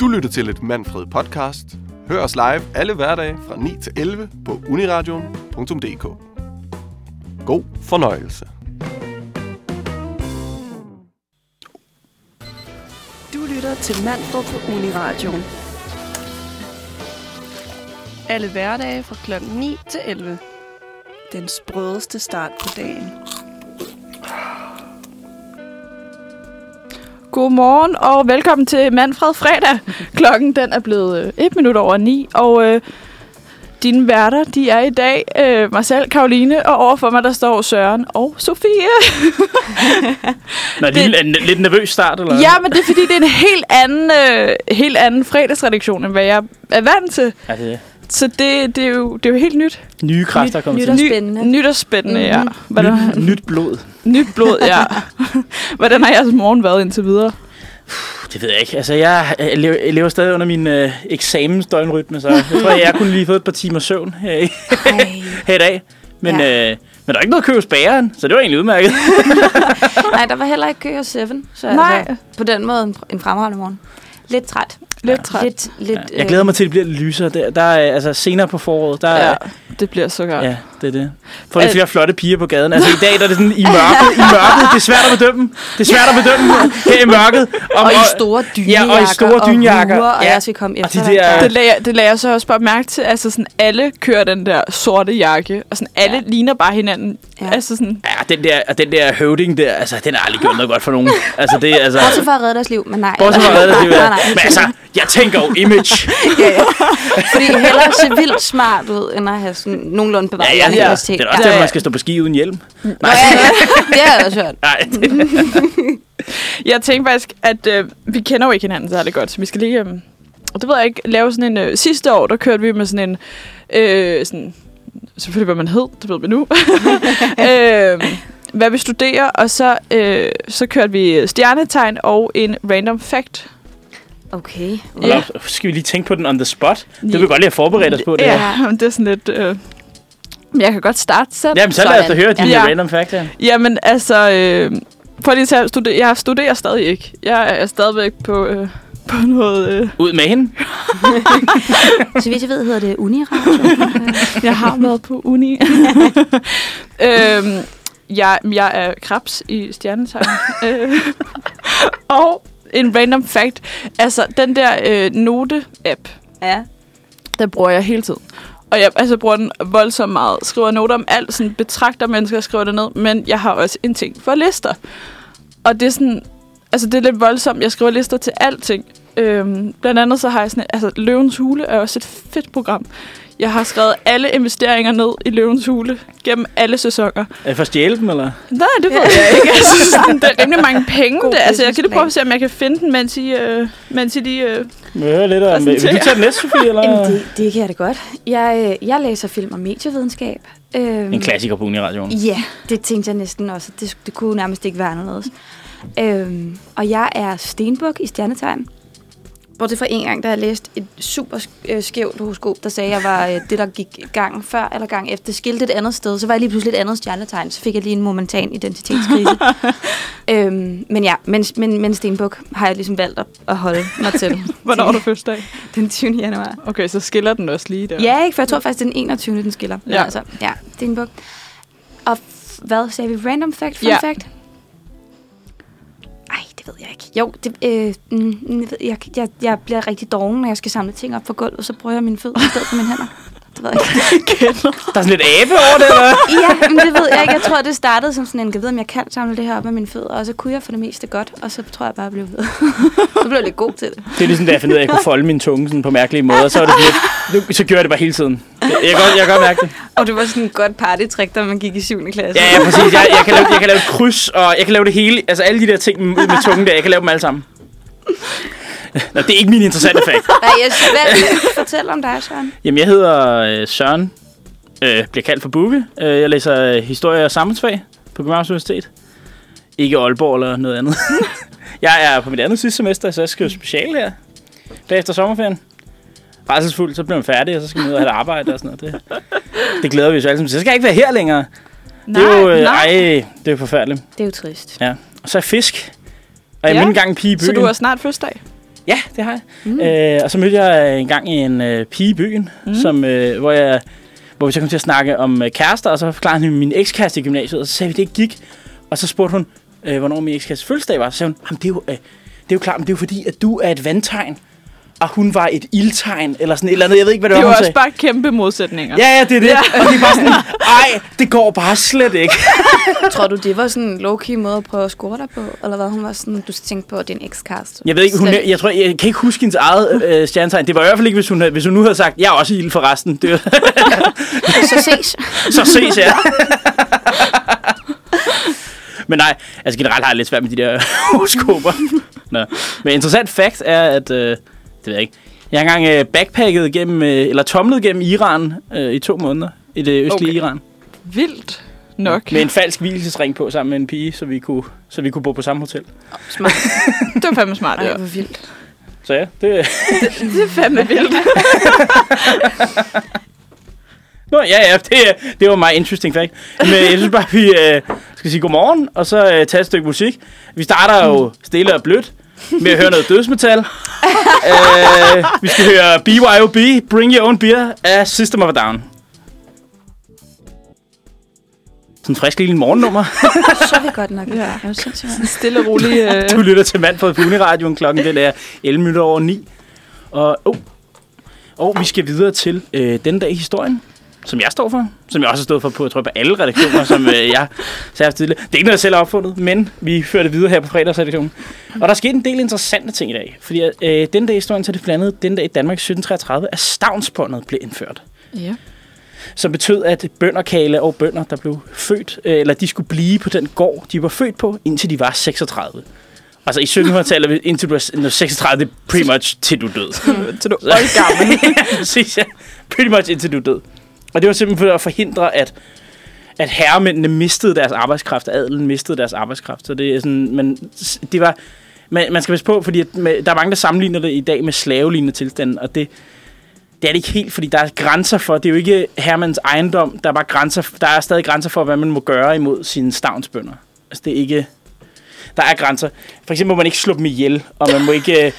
Du lytter til et Manfred podcast. Hør os live alle hverdage fra 9 til 11 på uniradion.dk. God fornøjelse. Du lytter til Manfred på Uniradion. Alle hverdage fra klokken 9 til 11. Den sprødeste start på dagen. Godmorgen og velkommen til Manfred Fredag. Klokken den er blevet 1 minut over 9, og dine værter, de er i dag mig selv, Karoline, og overfor mig, der står Søren og Sofie. Nå, det er lidt nervøs start, eller? Ja, men det er fordi, det er en helt anden fredagsredaktion, end hvad jeg er vant til. Ja, det er. Så det er jo helt nyt. Nye kræfter kommer til. Nyt og spændende. Nyt og spændende, ja. Nyt blod. Nyt blod, ja. Hvordan har jeres morgen været indtil videre? Det ved jeg ikke. Altså, jeg lever stadig under min eksamensdøgnrytme, så jeg tror, jeg kunne lige fået et par timer søvn her i dag. Men, men der er ikke noget kø hos bageren, så det var egentlig udmærket. Nej, der var heller ikke kø hos Seven, så altså, på den måde en fremragende morgen. Lidt træt. Lidt. Jeg glæder mig til, at det bliver lidt lysere. Der er altså senere på foråret. Ja, det bliver så godt. Ja, det er det. For det er flere flotte piger på gaden. Altså i dag der er det sådan i mørket. Det er svært at bedømme. Her i mørket. Og i store dynejakker. Ja, og i store dynejakker. Og jeg skal komme efter det lagde jeg så også bare mærke til. Altså sådan, alle kører den der sorte jakke, og sådan alle ligner bare hinanden. Ja. Altså sådan. Ja, den der høvding der, altså den har aldrig gjort noget godt for nogen. Altså det altså. Bortset for at redde deres liv, men nej. Bortset for at redde deres liv. Nej. Men altså, jeg tænker jo image. Ja. Fordi hellere se vildt smart ud, end at have sådan nogenlunde bevaret identitet. Det er også derfor, man skal stå på ski uden hjelm. Nej. Det har jeg også hørt. Nej. Jeg tænker faktisk, at vi kender jo ikke hinanden særlig godt, så vi skal lige, og det ved jeg ikke, lave sådan en, sidste år, der kørte vi med sådan en, sådan, selvfølgelig hvad man hed, det ved vi nu, hvad vi studerer, og så kørte vi stjernetegn og en random fact. Okay. Ja. Skal vi lige tænke på den on the spot? Det vil vi godt lige have forberedt os på det. Ja, men det er sådan lidt. Men jeg kan godt starte selv. Jamen, så lad os da høre de random facts. Jamen, altså, for lige at studere, jeg studerer stadig ikke. Jeg er stadigvæk på noget. Ud med hende. Så vidt jeg ved, hedder det Uniradion. Jeg har været på uni. Jeg er krebs i stjernetegn. Og en random fact. Altså, den der note-app, der bruger jeg hele tiden. Og jeg bruger den voldsomt meget. Skriver noter om alt, sådan betragter mennesker og skriver det ned. Men jeg har også en ting for lister. Og det er sådan, altså det er lidt voldsomt. Jeg skriver lister til alting. Blandt andet så har jeg sådan, altså Løvens Hule er også et fedt program. Jeg har skrevet alle investeringer ned i Løvens Hule gennem alle sæsoner. Er det for at stjæle dem, eller? Nej, det ved jeg ikke. Altså, sådan, det er rimelig mange penge. Altså, jeg kan lige prøve at se, om jeg kan finde den, mens I lige hører lidt om. Vil du tage den næste, Sofie? Eller? Jamen, det kan jeg da godt. Jeg læser film og medievidenskab. En klassiker på Uniradioen. Ja, det tænkte jeg næsten også. Det kunne nærmest ikke være anderledes. Og jeg er stenbuk i stjernetegn. Bortset fra en gang, da jeg læste et super skævt horoskop, der sagde, at jeg var det, der gik gang før eller gang efter. Det skilte et andet sted, så var jeg lige pludselig et andet stjernetegn. Så fik jeg lige en momentan identitetskrise. Men stenbuk har jeg ligesom valgt at holde mig til. Hvornår er du fødselsdag? Den 20. januar. Okay, så skiller den også lige der. Ja, ikke? For jeg tror faktisk, det er den 21. den skiller. Ja. Altså, ja, stenbuk. Og hvad sagde vi? Random fact? Fun fact? Ej, det ved jeg ikke. Jo, jeg bliver rigtig doven, når jeg skal samle ting op fra gulvet, så bruger jeg mine fødder i stedet for mine hænder. Det ved jeg ikke. Der er sådan lidt abe over det, eller? Ja, men det ved jeg ikke. Jeg tror, det startede som sådan en, jeg ved, om jeg kan samle det her op med mine fødder, og så kunne jeg for det meste godt, og så tror jeg bare, jeg blev ved. Så blev jeg lidt god til det. Det er ligesom, da jeg fandt ud af, at jeg kunne folde min tunge sådan på mærkelige måder, så var det lidt, så gjorde jeg det bare hele tiden. Jeg kan godt mærke det. Og det var sådan et godt partytrick, da man gik i 7. klasse. Ja, præcis. Jeg kan lave et kryds, og jeg kan lave det hele, altså alle de der ting med tungen der, jeg kan lave dem alle sammen. Nå, det er ikke min interessante fakt. Nej, hvad vil du fortælle om dig, Søren? Jamen, jeg hedder Søren, bliver kaldt for Bukke. Jeg læser historie og samfundsfag på Københavns Universitet. Ikke Aalborg eller noget andet. Jeg er på mit andet sidste semester, så jeg skriver special her. Efter sommerferien. Rædselsfuldt, så bliver man færdig, og så skal man ud og have et arbejde og sådan noget. Det glæder vi os alle sammen til. Så skal jeg ikke være her længere. Nej, det er jo forfærdeligt. Det er jo trist. Ja. Og så er fisk. Og jeg er ikke engang pige i byen. Så du har snart fødselsdag? Ja, det har jeg. Og så mødte jeg engang en pige i byen, hvor vi så kom til at snakke om kærester, og så forklarede hun min ekskæreste i gymnasiet, og så sagde vi, det ikke gik. Og så spurgte hun, hvornår min ekskæreste fødselsdag var. Så sagde hun, det er jo klart, men det er jo fordi, at du er et vandtegn, og hun var et ildtegn, eller sådan et eller andet. Jeg ved ikke, hvad det var, hun sagde. Det var også bare kæmpe modsætninger. Ja, det er det. Ja. Og det var sådan, det går bare slet ikke. Tror du, det var sådan en low-key måde at prøve at score dig på? Eller hvad? Hun var sådan, du tænkte på din ekskæreste? Jeg ved ikke, jeg kan ikke huske hendes eget stjernetegn. Det var i hvert fald ikke, hvis hun nu havde sagt, jeg er også ild forresten. Så ses. Så ses, ja. Men nej, altså generelt har jeg lidt svært med de der horoskoper. Men interessant fact er, at det ved jeg ikke. Jeg har engang backpacket eller tomlet gennem Iran i 2 måneder. I det østlige Iran. Vildt nok. Med en falsk hvilesesring på sammen med en pige, så vi kunne bo på samme hotel. Smart. Det var fandme smart, Ej, hvor vildt. Så ja, det er fandme vildt. Nå, ja, det var meget interesting fact. Men jeg synes bare, vi skal sige godmorgen, og så tage et stykke musik. Vi starter jo stille og blødt med at høre noget dødsmetal. Vi skal høre BYOB, Bring Your Own Beer, af System of a Down. Sådan en frisk lille morgennummer. Så er vi godt nok. Ja. Stille og rolig. Du lytter til Manfred på Uniradioen. Klokken den er 11:09. Og vi skal videre til den dag i historien, som jeg står for. Som jeg også har stået for på, jeg tror, på alle redaktioner, som jeg sagde tidligere. Det er ikke noget, jeg selv har opfundet, men vi fører det videre her på fredagsredaktionen. Og der er sket en del interessante ting i dag. Fordi den dag i historien, så er det blandt andet den dag i Danmark 1733, at stavnsbåndet blev indført. Ja. Som betød, at bønderkale og bønder, der blev født, eller de skulle blive på den gård, de var født på, indtil de var 36. Altså i 1700-tallet, indtil du var 36, det er pretty much til du død. Til du er oldgammel. Præcis, ja. Pretty much indtil du død. Og det var simpelthen for at forhindre, at herremændene mistede deres arbejdskraft, adelen mistede deres arbejdskraft. Så det er sådan, men det var, man skal passe på, fordi der er mange, der sammenligner det i dag med slavelignende tilstanden, og det er det ikke helt, fordi der er grænser for, det er jo ikke herremands ejendom, der er stadig grænser for, hvad man må gøre imod sine stavnsbønder. Altså det er ikke, der er grænser. For eksempel må man ikke slå dem ihjel, og man må ikke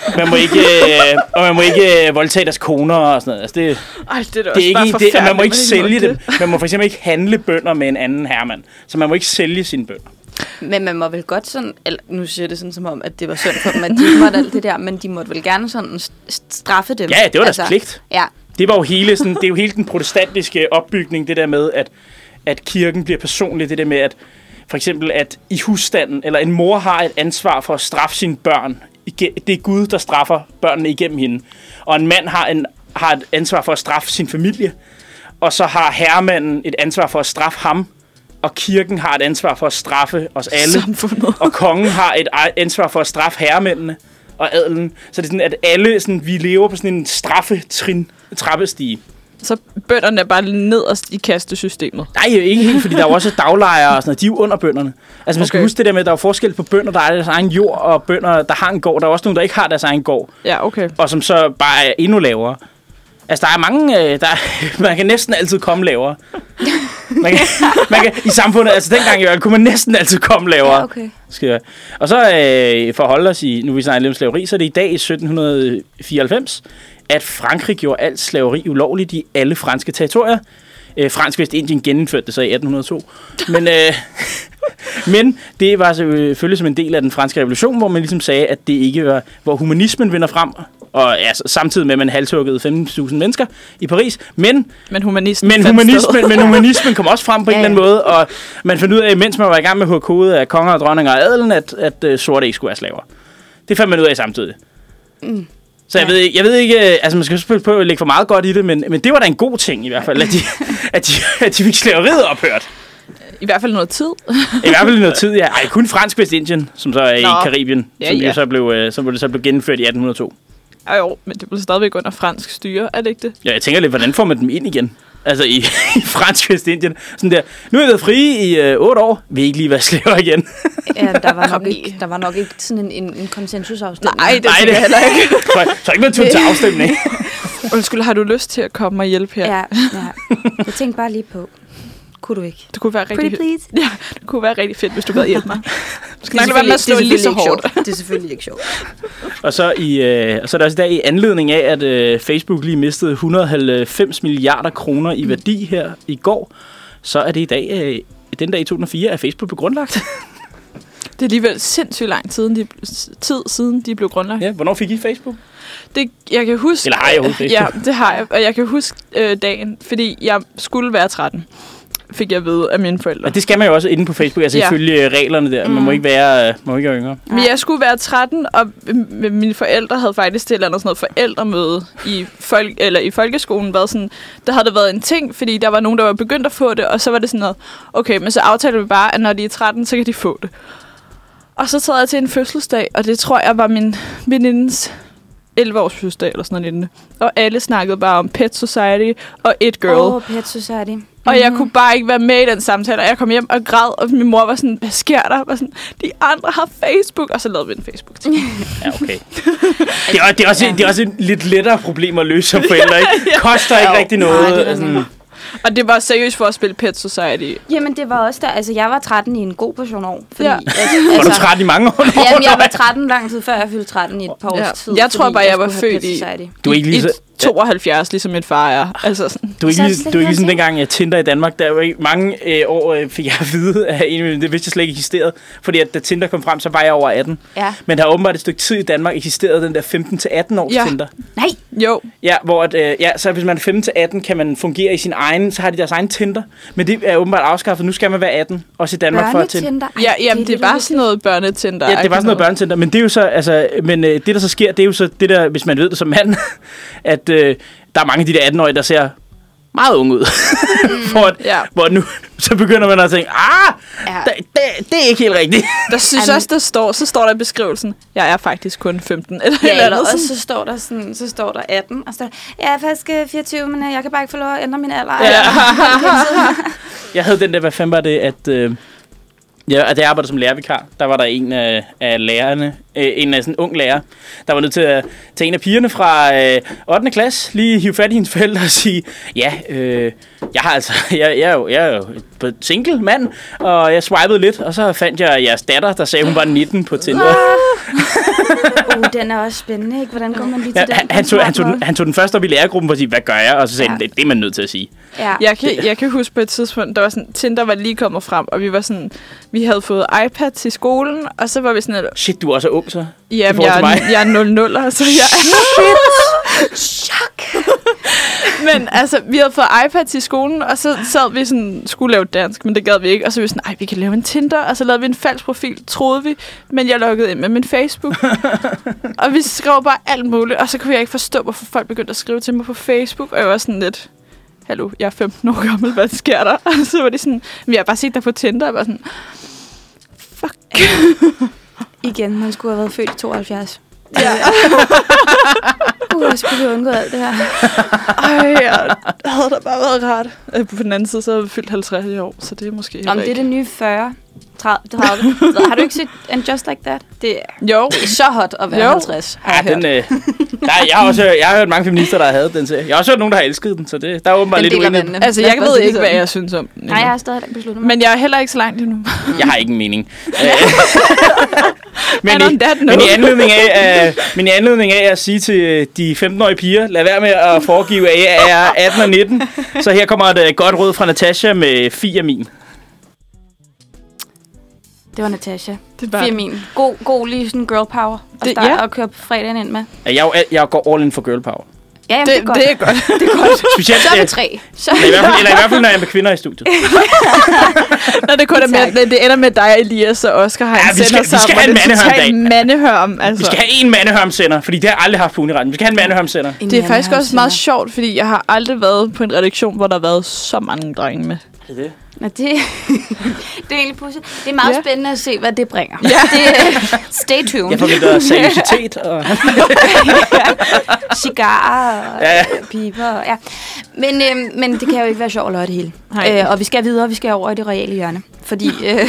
voldtage deres koner og sådan noget. Altså det er ikke det, man må ikke sælge dem. Man må for eksempel ikke handle bønder med en anden herremand. Så man må ikke sælge sine bønder. Men man må vel godt sådan, eller nu siger det sådan som om, at det var synd for dem, at de ikke måtte alt det der, men de måtte vel gerne sådan straffe dem. Ja, det var deres pligt. Ja. Det var jo hele sådan, det er jo hele den protestantiske opbygning, det der med, at kirken bliver personlig, det der med, at for eksempel, at i husstanden, eller en mor har et ansvar for at straffe sine børn. Det er Gud, der straffer børnene igennem hende. Og en mand har et ansvar for at straffe sin familie. Og så har herremanden et ansvar for at straffe ham. Og kirken har et ansvar for at straffe os alle. Samfundet. Og kongen har et ansvar for at straffe herremændene og adelen. Så det er sådan, at alle sådan, vi lever på sådan en trappestige. Så bønderne er bare nederst i kastesystemet? Nej, ikke helt, fordi der er jo også daglejere og sådan noget. De er jo under bønderne. Altså man skal huske det der med, at der er forskel på bønder, der har deres egen jord, og bønder, der har en gård. Der er også nogle, der ikke har deres egen gård. Ja, okay. Og som så bare er endnu lavere. Altså der er mange, man kan næsten altid komme lavere. Man kan, i samfundet, altså dengang kunne man næsten altid komme lavere. Ja, okay. Og så for at holde os i, nu vi snakker lidt om slaveri, så er det i dag i 1794, at Frankrig gjorde alt slaveri ulovligt i alle franske territorier. Fransk Vestindien genindførte det så i 1802. Men det var selvfølgelig som en del af den franske revolution, hvor man ligesom sagde, at det ikke var, hvor humanismen vinder frem, og ja, samtidig med, at man halshuggede 15.000 mennesker i Paris. Men humanismen kom også frem på en eller anden måde, og man fandt ud af, mens man var i gang med at hugge hovedet af konger og dronninger og adelen, at sorte ikke skulle være slaver. Det fandt man ud af samtidig. Mm. Så jeg ved ikke, altså man skal selvfølgelig på at lægge for meget godt i det, men det var da en god ting i hvert fald, at de fik slaveriet ophørt. I hvert fald noget tid. I hvert fald noget tid, ja. Ej, kun Fransk Vestindien, som så er i Karibien, som så blev gennemført i 1802. Jo, men det blev stadigvæk under fransk styre, er det ikke det? Ja, jeg tænker lidt, hvordan får man dem ind igen? Altså i Fransk Vestindien. Sådan der, nu har I været frie i 8 år, vil I ikke lige være slaver igen? Ja, der var nok ikke sådan en konsensusafstemning. Nej, det tænker jeg heller ikke. Så ikke noget til afstemning. Undskyld, har du lyst til at komme og hjælpe her? Ja. Jeg tænkte bare lige på, kunne du ikke? Det kunne være rigtig fedt, hvis du gad hjælpe mig. Skal nok lade være med at slå lige så hårdt. Det er selvfølgelig ikke sjovt. Og så er der også i dag i anledning af, at Facebook lige mistede 190 milliarder kroner i værdi her i går, så er det i dag, den dag i 2004, at Facebook blev grundlagt. Det er alligevel sindssygt lang tid siden de blev grundlagt. Ja, hvornår fik I Facebook? Jeg kan huske... Eller har jeg overhovedet Facebook? Ja, det har jeg. Og jeg kan huske dagen, fordi jeg skulle være 13, fik jeg ved af mine forældre. Og det skal man jo også inde på Facebook, altså ifølge reglerne der. Man må ikke være yngre. Men jeg skulle være 13, og mine forældre havde faktisk til sådan noget forældremøde i folkeskolen været sådan, der havde det været en ting, fordi der var nogen, der var begyndt at få det, og så var det sådan noget, okay, men så aftaler vi bare, at når de er 13, så kan de få det. Og så tager jeg til en fødselsdag, og det tror jeg var min venindens 11-års fødselsdag eller sådan noget lignende. Og alle snakkede bare om Pet Society og It Girl. Pet Society. Og jeg kunne bare ikke være med i den samtale, og jeg kom hjem og græd, og min mor var sådan, hvad sker der? Var sådan, de andre har Facebook, og så lavede vi en Facebook-ting. Ja, okay. Det er også et lidt lettere problem at løse som forældre, ikke? Koster ikke rigtig noget. Nej, og det var seriøst for at spille Pet Society. Jamen, det var også der. Altså, jeg var 13 i en god portion år. Fordi, ja. Var du 13 i mange år? Jamen, jeg var 13 lang tid før jeg fyldte 13 i et par års tid. Jeg tror bare, jeg var født i... Du er ikke lige så... 72, ligesom min far er. Altså sådan. Du er ikke ligesom dengang, jeg Tinder i Danmark. Der var ikke mange år, fik jeg at vide, at det vidste jeg slet ikke eksisterede. Fordi at da Tinder kom frem, så var jeg over 18. Ja. Men der har åbenbart et stykke tid i Danmark eksisteret den der 15-18 års Tinder. Nej! Jo. Ja, hvor så hvis man er 15-18, kan man fungere i sin egen, så har de deres egen Tinder. Men det er åbenbart afskaffet. Nu skal man være 18, også i Danmark for at Tinder. Ja, jamen, det var sådan noget børnetinder. Ja, det var sådan noget børnetinder. Men det er jo så, altså, det der så sker, det er jo så det der, hvis man ved det som mand, at der er mange af de der 18-årige, der ser meget unge ud. Hvor nu, så begynder man at tænke, det er ikke helt rigtigt. Der synes også, så står der i beskrivelsen, jeg er faktisk kun 15. Eller og så står der 18, og så står der, jeg er faktisk 24, men jeg kan bare ikke få lov at ændre min alder. Ja. Jeg havde den der, hvad fanden var det, at da jeg arbejdede som lærervikar, der var der en af lærerne, en af sådan en ung lærer, der var nødt til at tage en af pigerne fra 8. klasse, lige hive fat i hendes forældre og sige, jeg er jo single mand, og jeg swipede lidt, og så fandt jeg jeres datter, der sagde, hun var 19 på Tinder. Den er også spændende, ikke? Hvordan går man lige til den? Han tog den først op i lærergruppen for at sige, hvad gør jeg? Og så sagde han, det er man nødt til at sige. Ja. Jeg kan huske på et tidspunkt, der var sådan, Tinder var lige kommet frem, og vi var sådan, vi havde fået iPad til skolen, og så var vi sådan... Shit, du er også ung, så? Jamen, jeg er 00'er, så jeg er... Chok! Men altså, vi havde fået iPad til skolen, og så sad vi sådan, skulle lave dansk, men det gad vi ikke. Og så var vi sådan, vi kan lave en Tinder, og så lavede vi en falsk profil, troede vi. Men jeg loggede ind med min Facebook. Og vi skrev bare alt muligt, og så kunne jeg ikke forstå, hvorfor folk begyndte at skrive til mig på Facebook. Og jeg var sådan lidt, hallo, jeg er 15 år gammel, hvad sker der? Og så var de sådan, jeg har bare set dig på Tinder, og jeg var sådan, fuck. Igen, man skulle have været født i 72. Ja. Skulle vi undgå alt det her. Jeg havde da bare været rart. På den anden side, så har vi fyldt 50 i år, så det er måske det er det nye 40. 30. Har du ikke set And Just Like That? Det er så hot at være 50. Jeg har hørt mange feminister, der har hadet den serie. Jeg har også hørt nogen, der har elsket den, så der er åbenbart lidt uenigt. Altså, jeg ved ikke, hvad jeg synes om den. Nej, jeg har stadig ikke besluttet mig. Men jeg er heller ikke så langt endnu. Jeg har ikke en mening. Men i anledning af at sige til de 15-årige piger, lad være med at foregive, at jeg er 18 og 19. Så her kommer et godt råd fra Natasha med Fiamin. Det var Natasha. Fiamin. God lige sådan girl power. Og køre på fredagen ind med. Jeg går all in for girl power. Ja, jamen, det er godt. Det er godt. Det er godt. Specielt, så er vi 3. Eller i hvert fald, når jeg er med kvinder i studiet. Når det kun er med, det ender med dig, Elias og Oscar har en sender sammen. Vi skal have en mandehørm. Altså. Vi skal have en mandehørm-sender, fordi det har jeg aldrig haft på Uniretten. Vi skal have en mandehørm-sender. Det er faktisk også meget sjovt, fordi jeg har aldrig været på en redaktion, hvor der har været så mange drenge med. Det er det. Det er egentlig pudsigt. Det er meget spændende at se, hvad det bringer. Ja. Stay tuned. Jeg forventer seriøsitet og cigarer og piber. Ja. Men det kan jo ikke være sjovt at lave det hele. Og vi skal videre, vi skal over i det reale hjørne. Fordi...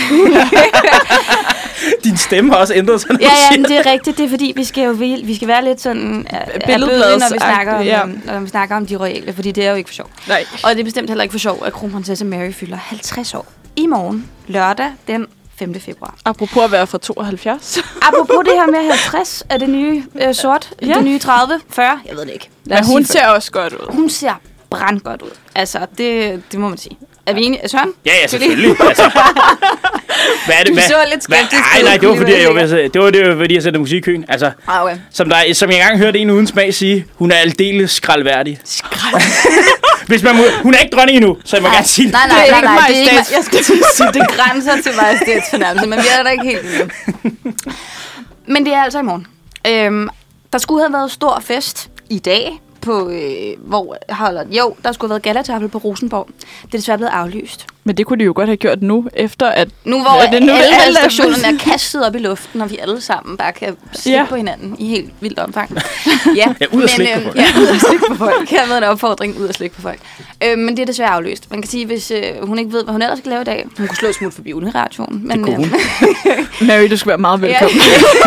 Din stemme har også ændret sig. Ja, det er rigtigt. Det er fordi, vi skal være lidt sådan billedbladet, når vi snakker om de royale, fordi det er jo ikke for sjov. Nej. Og det er bestemt heller ikke for sjov, at kronprinsesse Mary fylder 50 år. I morgen, lørdag, den 5. februar. Apropos at være fra 72. Apropos det her med 50, er det nye sort, det nye 30, 40, jeg ved det ikke. Men hun ser også godt ud. Hun ser brandgodt ud. Altså, det må man sige. Er vi enige? Søren? Ja, selvfølgelig. Altså. Hvad er det? Du så lidt skeptisk. Nej, det var fordi, jeg satte musik i køen. Altså, okay. Som jeg engang hørte en uden smag sige, hun er aldeles skraldværdig. Hvis hun er ikke dronning endnu, så jeg må gerne sige det. Nej, det er ikke mig. Jeg skulle sige, det grænser til majestætsfornærmelse, men vi er der ikke helt endnu. Men det er altså i morgen. Der skulle have været stor fest i dag, på, der skulle have været gallatafel på Rosenborg. Det er desværre blevet aflyst. Men det kunne de jo godt have gjort nu, efter at... Nu hvor alle restriktionerne er kastet op i luften, og vi alle sammen bare kan slikke på hinanden i helt vildt omfang. Ja, ud og slikke på folk. Ja, ud og slikke på folk. Kan have været en opfordring, ud og slikke på folk. Men det er desværre aflyst. Man kan sige, hvis hun ikke ved, hvad hun ellers skal lave i dag, hun kunne slå et smut forbi Uniradioen. Men, det kunne hun. Mary, du skal være meget velkommen.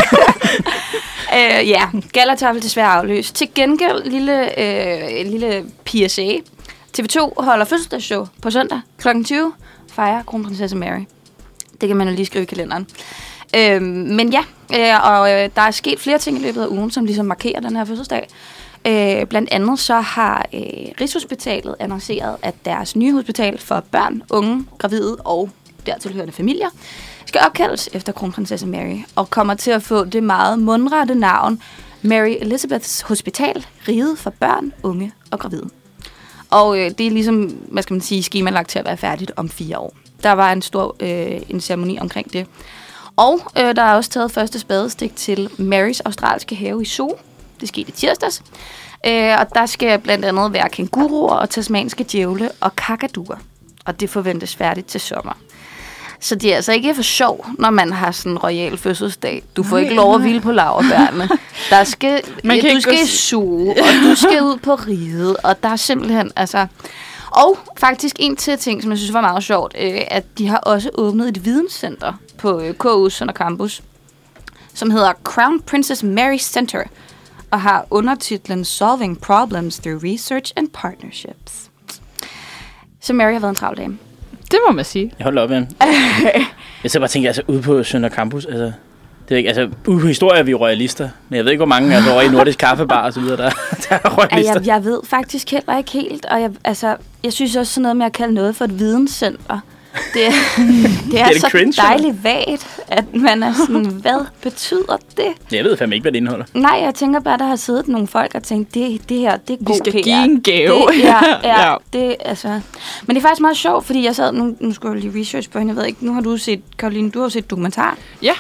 gallatafel desværre afløst. Til gengæld, lille PSA. TV2 holder fødselsdagsshow på søndag kl. 20. Fejrer kronprinsesse Mary. Det kan man jo lige skrive i kalenderen. Men ja, der er sket flere ting i løbet af ugen, som ligesom markerer den her fødselsdag. Blandt andet så har Rigshospitalet annonceret, at deres nye hospital for børn, unge, gravide og dertilhørende familier skal opkaldes efter kronprinsesse Mary, og kommer til at få det meget mundrette navn Mary Elizabeths Hospital, riget for børn, unge og gravide. Og det er ligesom, hvad skal man sige, skemalagt til at være færdigt om 4 år. Der var en stor en ceremoni omkring det. Og der er også taget første spadestik til Marys australske have i Zoo. Det skete i tirsdags. Og der skal blandt andet være kænguruer og tasmanske djævle og kakaduer. Og det forventes færdigt til sommer. Så det er altså ikke for sjov, når man har sådan en royal fødselsdag. Du får ikke lov at hvile på laurbærrene. Du skal i zoo, og du skal ud på riget, og der er simpelthen, altså... Og faktisk en til ting, som jeg synes var meget sjovt, at de har også åbnet et videnscenter på KU's Sønder Campus, som hedder Crown Princess Mary Center, og har undertitlen Solving Problems Through Research and Partnerships. Så Mary har været en travl dame. Det må man sige. Jeg holder op, Jan. Jeg så bare tænker, altså ude på Sønder Campus, altså... Det er ikke, altså, ude på historie er vi royalister, men jeg ved ikke, hvor mange er over i Nordisk Kaffebar og så videre, der er royalister. Jeg ved faktisk heller ikke helt, og jeg synes også sådan noget med at kalde noget for et videnscenter. Det er så cringe, dejligt vagt, at man er sådan, hvad betyder det? Jeg ved fandme ikke, hvad det indeholder. Nej, jeg tænker bare, der har siddet nogle folk og tænkt, det her, det er god PR. Vi skal give en gave. Det, altså. Men det er faktisk meget sjovt, fordi jeg sad, nu skal jeg lige research på hende, jeg ved ikke, nu har du set, Karoline, du har set dokumentar. Ja.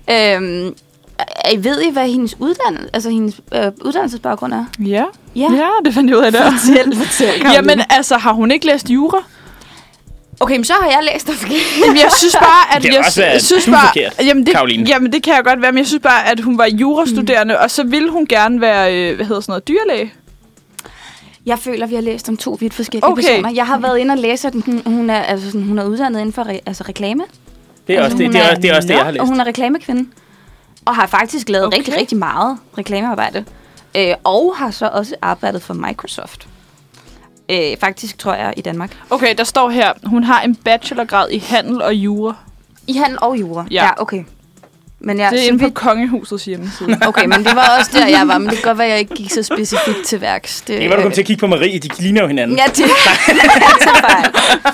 Ved I, hvad hendes uddannelsesbaggrund er? Ja, det fandt jeg ud af der. Fortæl, jamen, altså, har hun ikke læst jura? Okay, men så har jeg læst det forkert. Jamen, jeg synes bare, at... Det kan også være, synes du bare, forkert, jamen, Karoline. Jamen, det kan jeg godt være, men jeg synes bare, at hun var jurastuderende, og så ville hun gerne være, dyrlæge. Jeg føler, vi har læst om 2 vidt forskellige personer. Jeg har været inde og læse, at hun er uddannet inden for reklame. Det er også det, jeg har læst. Og hun er reklamekvinde. Og har faktisk lavet rigtig, rigtig meget reklamearbejde. Og har så også arbejdet for Microsoft. Faktisk, tror jeg, i Danmark. Okay, der står her, hun har en bachelorgrad i handel og jura. I handel og jura? Ja, okay. Men det er inde på Kongehusets hjemmeside. Okay, men det var også der, jeg var. Men det kan godt være, at jeg ikke gik så specifikt til værks. Det var, du kom til at kigge på Marie. De ligner jo hinanden. Ja, det er fejl.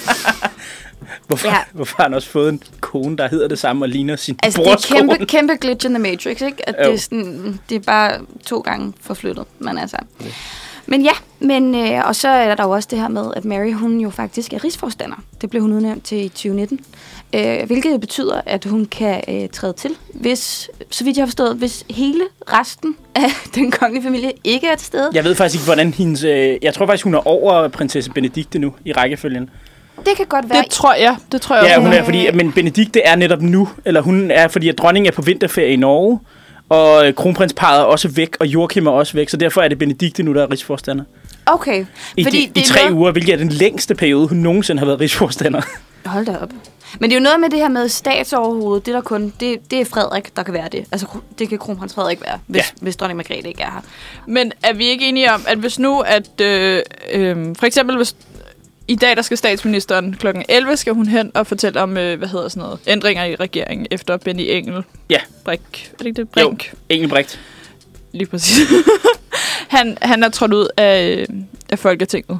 Hvorfor har han også fået en kone, der hedder det samme og ligner sin brors kone? Altså, det er kæmpe glitch in the Matrix, ikke? At det er bare 2 gange forflyttet, men altså... Og så er der jo også det her med, at Mary, hun jo faktisk er rigsforstander. Det blev hun udnævnt til i 2019. Hvilket betyder, at hun kan træde til, hvis, så vidt jeg har forstået, hvis hele resten af den kongelige familie ikke er til stede. Jeg ved faktisk ikke, hvordan hendes... jeg tror faktisk, hun er over prinsesse Benedikte nu i rækkefølgen. Det kan godt være. Det tror jeg også. Ja, hun er, fordi... Men Benedikte er netop nu, eller hun er, fordi at dronningen er på vinterferie i Norge, og kronprinsparret er også væk, og Joachim er også væk, så derfor er det Benedikte nu, der er rigsforstander. Okay. I 3 uger, hvilket er den længste periode, hun nogensinde har været rigsforstander. Hold da op. Men det er jo noget med det her med statsoverhovedet, det er Frederik, der kan være det. Altså, det kan kronprins Frederik være, hvis dronning Margrethe ikke er her. Men er vi ikke enige om, at hvis nu, at for eksempel hvis i dag, der skal statsministeren kl. 11, skal hun hen og fortælle om, ændringer i regeringen efter Benny Engelbrecht. Ja. Er det ikke det? Brink? Jo, Engelbrecht. Lige præcis. han er trådt ud af Folketinget.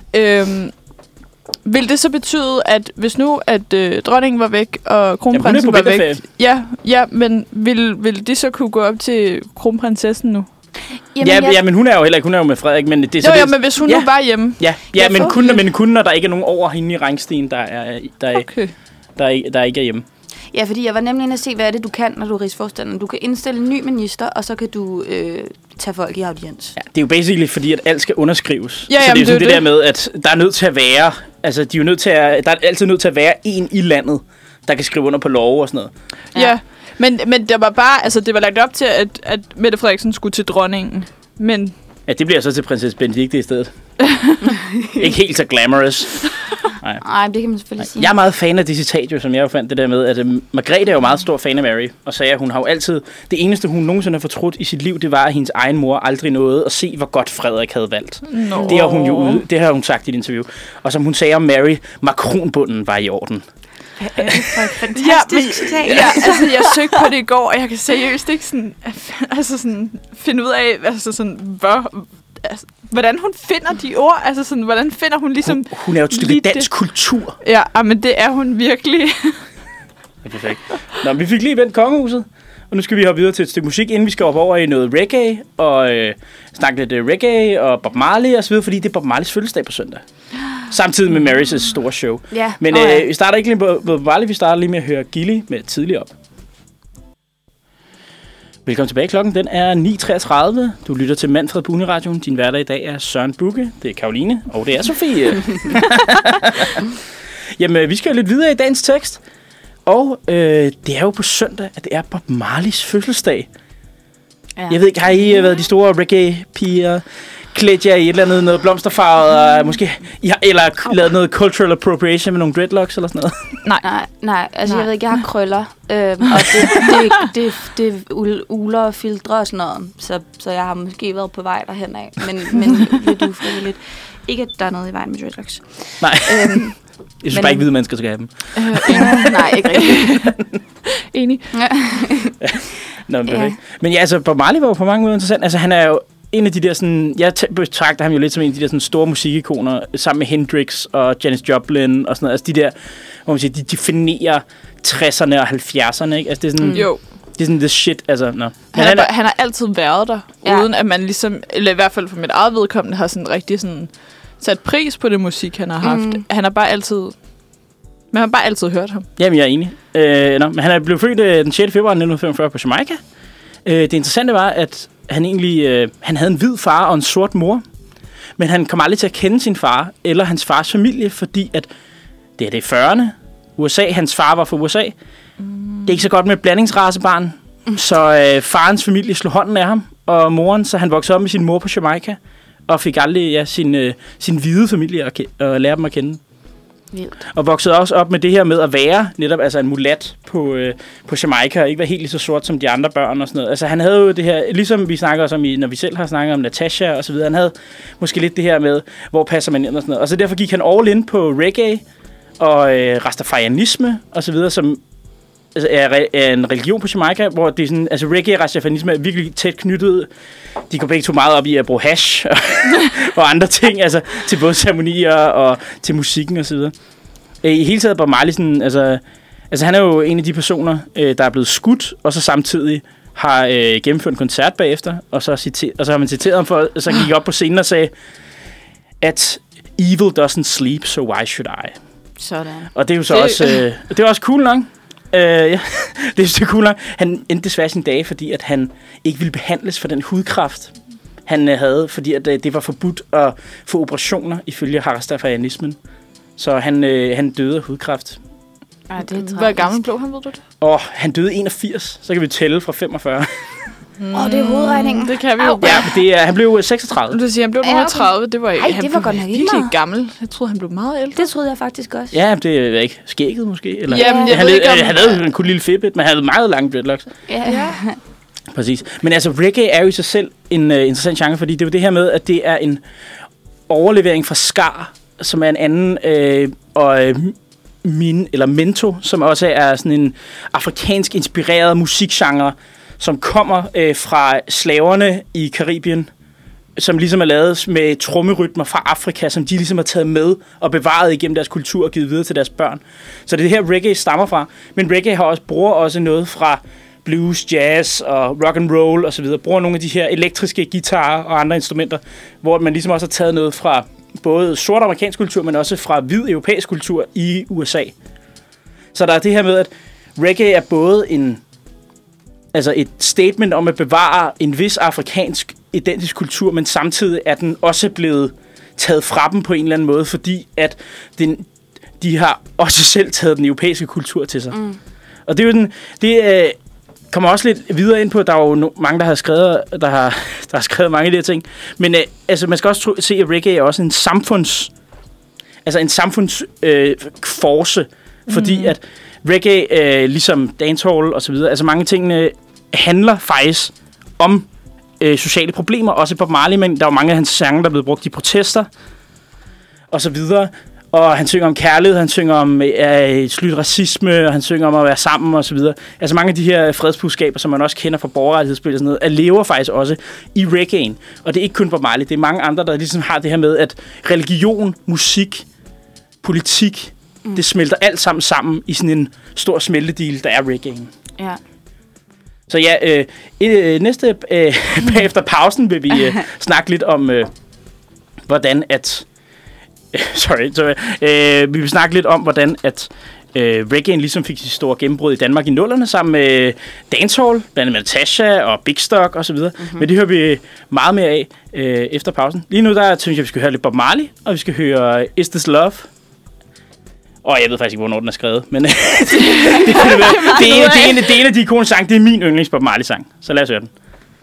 Vil det så betyde, at hvis nu, at dronningen var væk, og kronprinsen var væk... Ja, men vil de så kunne gå op til kronprinsessen nu? Jamen, men hun er jo heller ikke, hun er jo med Frederik, men det er så... Jo, men hvis hun nu var hjemme... Ja, men kun når der ikke er nogen over hende i rangstien, der ikke er hjemme. Ja, fordi jeg var nemlig inde at se, hvad er det, du kan, når du er rigsforstander. Du kan indstille en ny minister, og så kan du tage folk i audiens. Ja, det er jo basically fordi, at alt skal underskrives. Ja, så det er sådan det der med, at der er nødt til at være... Altså, der er altid nødt til at være en i landet, der kan skrive under på love og sådan noget. Ja, men det var bare... Altså, det var lagt op til, at Mette Frederiksen skulle til dronningen. Men... Ja, det bliver så til prinsesse Benedikte i stedet. Ikke helt så glamorous. Nej, det kan man selvfølgelig sige. Jeg er meget fan af det citat, jo, som jeg jo fandt det der med, at Margrethe er jo meget stor fan af Mary, og sagde, at hun har jo altid... Det eneste, hun nogensinde har fortrudt i sit liv, det var, at hendes egen mor aldrig nåede at se, hvor godt Frederik havde valgt. No. Det har hun sagt i et interview. Og som hun sagde om Mary, makronbunden var i orden. Fantastisk citat. Ja, altså jeg søgte på det i går, og jeg kan seriøst ikke finde ud af, hvordan hun finder de ord. Altså sådan, hvordan finder hun ligesom... Hun er jo et stykke dansk kultur. Ja, men det er hun virkelig. Det er perfekt. Nå, vi fik lige vendt kongehuset, og nu skal vi hoppe videre til et stykke musik, inden vi skal op over i noget reggae, og snakke lidt reggae og Bob Marley og så videre, fordi det er Bob Marleys fødselsdag på søndag. Samtidig med Marys store show. Ja. Men vi starter ikke lige med Bob Marley, vi starter lige med at høre Gilly med Tidlig Op. Velkommen tilbage. Klokken den er 9.33. Du lytter til Manfred på Uniradioen. Din hverdag i dag er Søren Bugge, det er Karoline, og det er Sofie. Jamen, vi skal jo lidt videre i dagens tekst. Og det er jo på søndag, at det er Bob Marleys fødselsdag. Ja. Jeg ved ikke, har I været de store reggae-piger, klædt jer i et eller andet noget blomsterfarvet, og måske eller lavet noget cultural appropriation med nogle dreadlocks eller sådan noget? Nej. Altså, jeg ved ikke, jeg har krøller, og det uler og filtre og sådan noget, så jeg har måske været på vej derhen af, men lidt ufrivilligt. Ikke, at der er noget i vejen med dreadlocks. Nej. Jeg synes bare ikke, hvide mennesker skal have dem. Nej, ikke rigtigt. Enig. Nå, perfekt. Men ja, altså, Bob Marley var jo på mange måder interessant. Altså, han er jo en af de der sådan... Jeg betragter ham jo lidt som en af de der sådan store musikikoner, sammen med Hendrix og Janis Joplin og sådan noget. Altså, de der, hvor man siger, de definerer 60'erne og 70'erne, ikke? Altså, det er sådan... Jo. Det er sådan the shit, altså, no. Han har altid været der, uden at man ligesom, eller i hvert fald for mit eget vedkommende, har sådan rigtig sådan sat pris på det musik, han har haft. Han har bare altid... Men han har bare altid hørt ham. Jamen, jeg er enig. Men han er blevet født den 6. februar 1945 på Jamaica. Det interessante var, at han egentlig han havde en hvid far og en sort mor. Men han kom aldrig til at kende sin far eller hans fars familie, fordi at det er 40'erne. USA, hans far var fra USA. Det er ikke så godt med blandingsracebarn. Så farens familie slog hånden af ham, og moren, så han voksede op med sin mor på Jamaica, og fik aldrig sin hvide familie at lære dem at kende. Vildt. Og voksede også op med det her med at være netop altså en mulat på Jamaica, og ikke være helt lige så sort som de andre børn og sådan noget. Altså han havde jo det her, ligesom vi snakker også om, når vi selv har snakket om Natasha og så videre, han havde måske lidt det her med, hvor passer man ind og sådan noget. Og så derfor gik han all in på reggae og rastafarianisme og så videre, som altså, er en religion på Jamaica, hvor det er sådan, altså reggae og rastafarianisme er virkelig tæt knyttet. De går begge to meget op i at bruge hash og andre ting, altså til både ceremonier og til musikken og så videre. I hele taget Bob Marley sådan, altså han er jo en af de personer, der er blevet skudt, og så samtidig har gennemført en koncert bagefter, og så har man citeret ham for, så gik op på scenen og sagde, at evil doesn't sleep, so why should I? Sådan. Og det er jo så også, det er også cool nok. Ja, det er så cool nok. Han endte desværre sin dage, fordi at han ikke ville behandles for den hudkræft, han havde, fordi at det var forbudt at få operationer ifølge rastafarianismen. Så han døde af hudkræft. Hvor gammel blev han, ved du det? Han døde 81, så kan vi tælle fra 45. Det er hovedregningen. Det kan vi jo. Ja, han blev 36. Du siger, han blev 30. Det var ikke. Det var godt nok ikke meget gammel. Jeg troede, han blev meget ældre. Det troede jeg faktisk også. Ja, det er ikke skægget måske. Eller, jamen, jeg ved ikke om... Han havde en cool lille fibbet, men han havde meget lange dreadlocks. Ja. Præcis. Men altså, reggae er jo i sig selv en interessant genre, fordi det er jo det her med, at det er en overlevering fra ska, som er en anden, Mento, som også er sådan en afrikansk inspireret musikgenre, som kommer fra slaverne i Karibien, som ligesom er lavet med trommerytmer fra Afrika, som de ligesom har taget med og bevaret igennem deres kultur og givet videre til deres børn. Så det er det her reggae stammer fra. Men reggae bruger også noget fra blues, jazz og rock and roll og så videre. Bruger nogle af de her elektriske guitarer og andre instrumenter, hvor man ligesom også har taget noget fra både sort amerikansk kultur, men også fra hvid europæisk kultur i USA. Så der er det her med, at reggae er både et statement om at bevare en vis afrikansk identisk kultur, men samtidig er den også blevet taget fra dem på en eller anden måde, fordi at de har også selv taget den europæiske kultur til sig. Mm. Og det er jo kommer også lidt videre ind på, der er jo mange, der har skrevet mange af de her ting. Men man skal også se, at reggae er også en samfundsforce, fordi at reggae, ligesom dancehall og så videre, altså mange ting handler faktisk om sociale problemer, også Bob Marley, men der er jo mange af hans sange, der er blevet brugt i protester og så videre. Og han synger om kærlighed, han synger om slut racisme, og han synger om at være sammen og så videre. Altså mange af de her fredsbudskaber, som man også kender fra borgerrettighedsspil og sådan noget, lever faktisk også i reggaen. Og det er ikke kun Bob Marley, det er mange andre, der ligesom har det her med, at religion, musik, politik, det smelter alt sammen i sådan en stor smeltedeal, der er reggaen. Ja. Så ja, næste bagefter pausen vil vi snakke lidt om, hvordan at vi vil snakke lidt om, hvordan at reggaen ligesom fik sit store gennembrud i Danmark i 00'erne sammen med dancehall, blandt andet med Natasha og Big Stock og så videre. Mm-hmm. Men det hører vi meget mere af efter pausen. Lige nu der synes jeg, vi skal høre lidt Bob Marley, og vi skal høre Is This Love? Og jeg ved faktisk ikke, hvornår den er skrevet, men det er en af de ikoniske sange. Det er min yndlings Bob Marley-sang, så lad os høre den.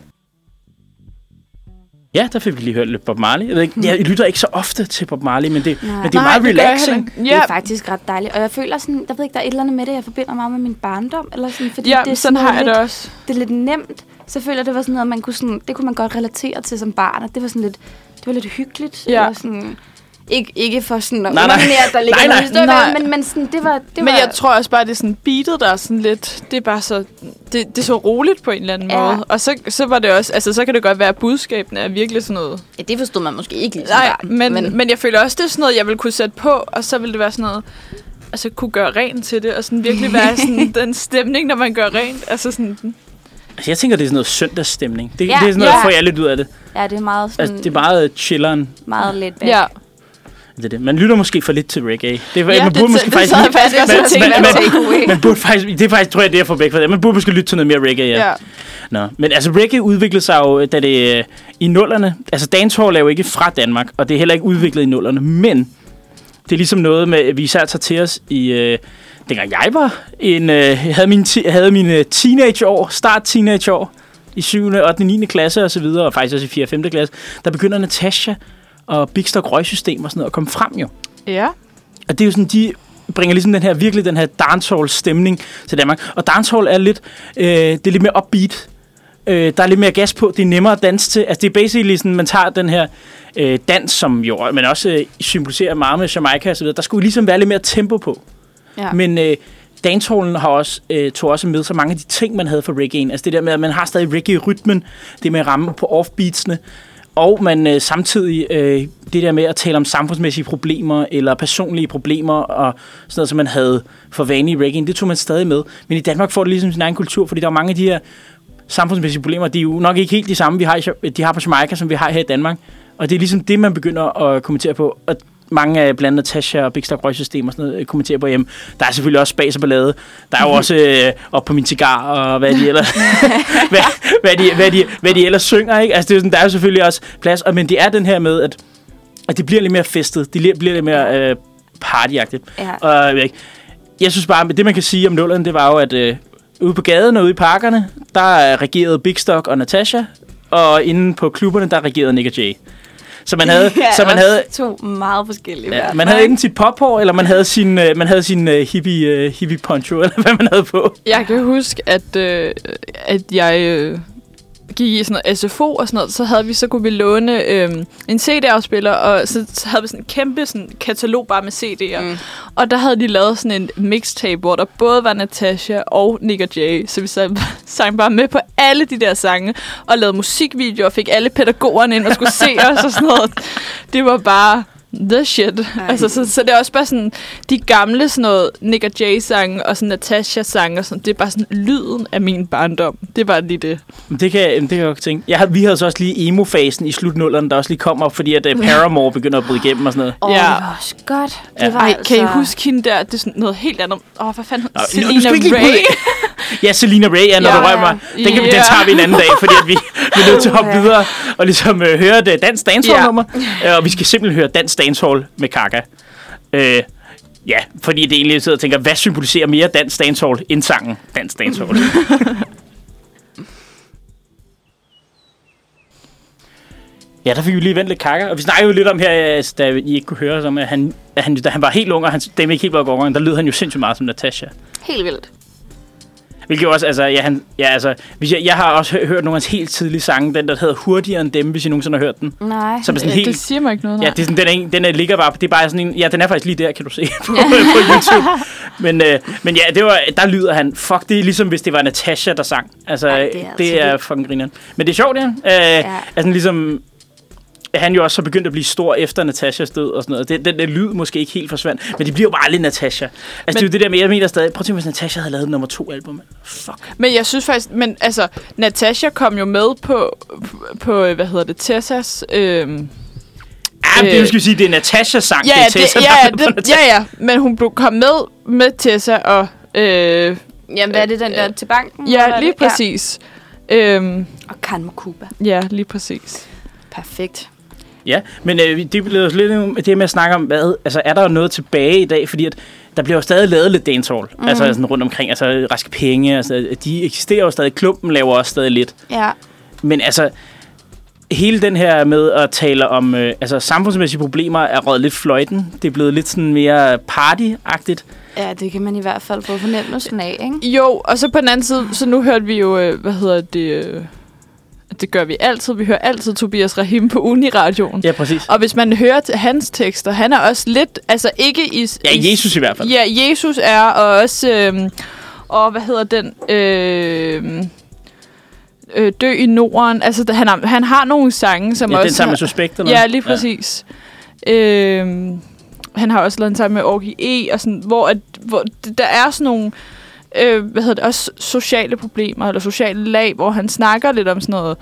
Ja, der fik vi lige hørt lidt Bob Marley. Jeg ved ikke, jeg lytter ikke så ofte til Bob Marley, men det er meget relaxing. Det er faktisk ret dejligt. Og jeg føler sådan, der er et eller andet med det, jeg forbinder meget med min barndom. Eller sådan, fordi ja, det er sådan har jeg det også. Det er lidt nemt. Så føler jeg, det var sådan noget, det kunne man godt relatere til som barn. Og det var sådan lidt, det var lidt hyggeligt. Ja. Og sådan, ikke for sådan at underminere, der ligger noget historie, men sådan, det var... Men jeg tror også bare, det er sådan beatet, der er sådan lidt... Det er bare så... Det er så roligt på en eller anden måde. Og så var det også... Altså, så kan det godt være, at budskabene er virkelig sådan noget... Ja, det forstod man måske ikke lige som barn. Men jeg føler også, det er sådan noget, jeg vil kunne sætte på, og så vil det være sådan noget... Altså, kunne gøre rent til det, og sådan virkelig være sådan den stemning, når man gør rent. Altså sådan... Altså, jeg tænker, det er sådan noget søndagsstemning. Det er sådan noget, jeg får jeg lidt ud af det. Ja, det er meget sådan... Altså, det er meget chilleren. Meget lidt back. Ja. Det. Man lytter måske for lidt til reggae. Det tror jeg, det er for væk fra det. Man burde måske lytte til noget mere reggae, ja. Nå. Men altså, reggae udviklede sig jo, da det i 00'erne... Altså, dancehall er jo ikke fra Danmark, og det er heller ikke udviklet i 00'erne, men det er ligesom noget med, at vi især tager til os i... dengang jeg var havde mine teenageår, start teenageår, i 7., 8., 9. klasse og så videre, og faktisk også i 4. og 5. klasse, der begynder Natasha og Big Stock røgsystem og sådan noget at komme frem jo. Ja. Og det er jo sådan, de bringer ligesom den her dancehall-stemning til Danmark. Og dancehall er lidt, det er lidt mere upbeat. Der er lidt mere gas på, det er nemmere at danse til. Altså det er basically sådan, man tager den her dans, som jo, men også symboliserer meget med Jamaica og så videre. Der skulle ligesom være lidt mere tempo på. Ja. Men dancehallen har også, tog også med så mange af de ting, man havde for reggaen. Altså det der med, at man har stadig reggae-rytmen, det med at ramme på offbeatsene, og man samtidig det der med at tale om samfundsmæssige problemer eller personlige problemer og sådan noget, som man havde for vane i reggaen, det tog man stadig med. Men i Danmark får det ligesom sin egen kultur, fordi der er mange af de her samfundsmæssige problemer, de er jo nok ikke helt de samme, de har på Jamaica, som vi har her i Danmark. Og det er ligesom det, man begynder at kommentere på. Og mange af blandt andet Natasha og Big Stock røgsystem og sådan noget kommenterer på hjemme. Der er selvfølgelig også spas og ballade. Der er jo også op på min cigar og hvad de ellers hvad de ellers synger, ikke? Altså det er sådan, der er jo selvfølgelig også plads, men det er den her med at det bliver lidt mere festet. Det bliver lidt mere partyagtigt. Ja. Og jeg synes bare, det man kan sige om 00'erne, det var jo at ude på gaden og ude i parkerne, der regerede Big Stock og Natasha, og inde på klubberne, der regerede Nick og Jay. Så man havde to meget forskellige. Ja, man havde enten sit pophår, eller man havde sin hippie poncho, eller hvad man havde på. Jeg kan huske, at jeg gik i sådan noget SFO og sådan noget, så kunne vi låne en CD-afspiller, og så havde vi sådan en kæmpe sådan katalog bare med CD'er. Og der havde de lavet sådan en mixtape, hvor der både var Natasha og Nick og Jay, så vi sang bare med på alle de der sange, og lavede musikvideoer, og fik alle pædagogerne ind og skulle se os og sådan noget. Det var bare the shit. Altså, så det er også bare sådan, de gamle sådan noget Nick og Jay-sange og sådan Natasha-sange og sådan, det er bare sådan lyden af min barndom. Det var lige det. Det kan jeg godt tænke. Vi havde så også lige emo-fasen i slut-nullerne, der også lige kom op, fordi at Paramore begynder at bryde igennem og sådan noget. Det var også godt. Det var altså... Kan I huske hende der? Det er sådan noget helt andet. Hvad fanden? Selena Ray. Ja, Selena Ray, når du rører mig. Den tager vi en anden dag, fordi at vi er nødt til at hoppe videre og ligesom høre et dansk dancehall-nummer. Og vi skal simpelthen høre dansk dancehall med Kaka. Fordi det egentlig sidder og tænker, hvad symboliserer mere dansk dancehall end sangen dansk dancehall? Ja, der fik vi lige vendt lidt Kaka, og vi snakkede jo lidt om her, da I ikke kunne høre os om, at da han var helt ung, og dem ikke helt var gårdgården, der lød han jo sindssygt meget som Natasha. Helt vildt. Hvilket også, jeg har også hørt nogle af hans helt tidlige sange, den der hedder Hurtigere end dem, hvis I nogensinde har hørt den. Nej. Som er sådan helt, det siger mig ikke noget. Ja, det er sådan, den ligger bare, det er bare sådan en, den er faktisk lige der, kan du se på YouTube. Men ja, der lyder han, fuck, det er ligesom hvis det var Natasha, der sang. Altså, det er fucking grineren. Men det er sjovt, altså ligesom, han jo også så begyndt at blive stor efter Natashas død og sådan noget. Den lyd måske ikke helt forsvandt, men det bliver jo bare aldrig Natasha. Altså, det er jo det der med, jeg mener stadig, prøv at tænke, hvis Natasha havde lavet nummer 2 album. Fuck. Men jeg synes faktisk, Natasha kom jo med på Tessas... det skal sige, det er Natashas sang, ja, det er Tessa. Ja, men hun kom med Tessa og... Jamen, hvad er det, den der til banken? Ja, lige præcis. Og Kan Mokuba. Ja, lige præcis. Perfekt. Ja, men det bliver også lidt det med at snakke om, er der noget tilbage i dag, fordi at der bliver jo stadig lavet lidt dancehall, altså sådan rundt omkring, altså Raske Penge, altså de eksisterer jo stadig, Klumpen laver også stadig lidt. Ja. Men altså, hele den her med at tale om samfundsmæssige problemer er røget lidt fløjten, det er blevet lidt sådan mere party-agtigt. Ja, det kan man i hvert fald få fornemmelsen af, ikke? Jo, og så på den anden side, så nu hørte vi jo, det gør vi altid. Vi hører altid Tobias Rahim på Uniradioen. Ja, præcis. Og hvis man hører hans tekster, han er også lidt, altså ikke i... Ja, Jesus i hvert fald. Ja, Jesus er, og også... Dø i Norden. Altså, han har nogle sange, som også... den sammen med Suspekt, eller? Ja, lige præcis. Ja. Han har også lavet en sammen med Orgi E, og sådan, hvor der er sådan nogle... også sociale problemer, eller sociale lag, hvor han snakker lidt om sådan noget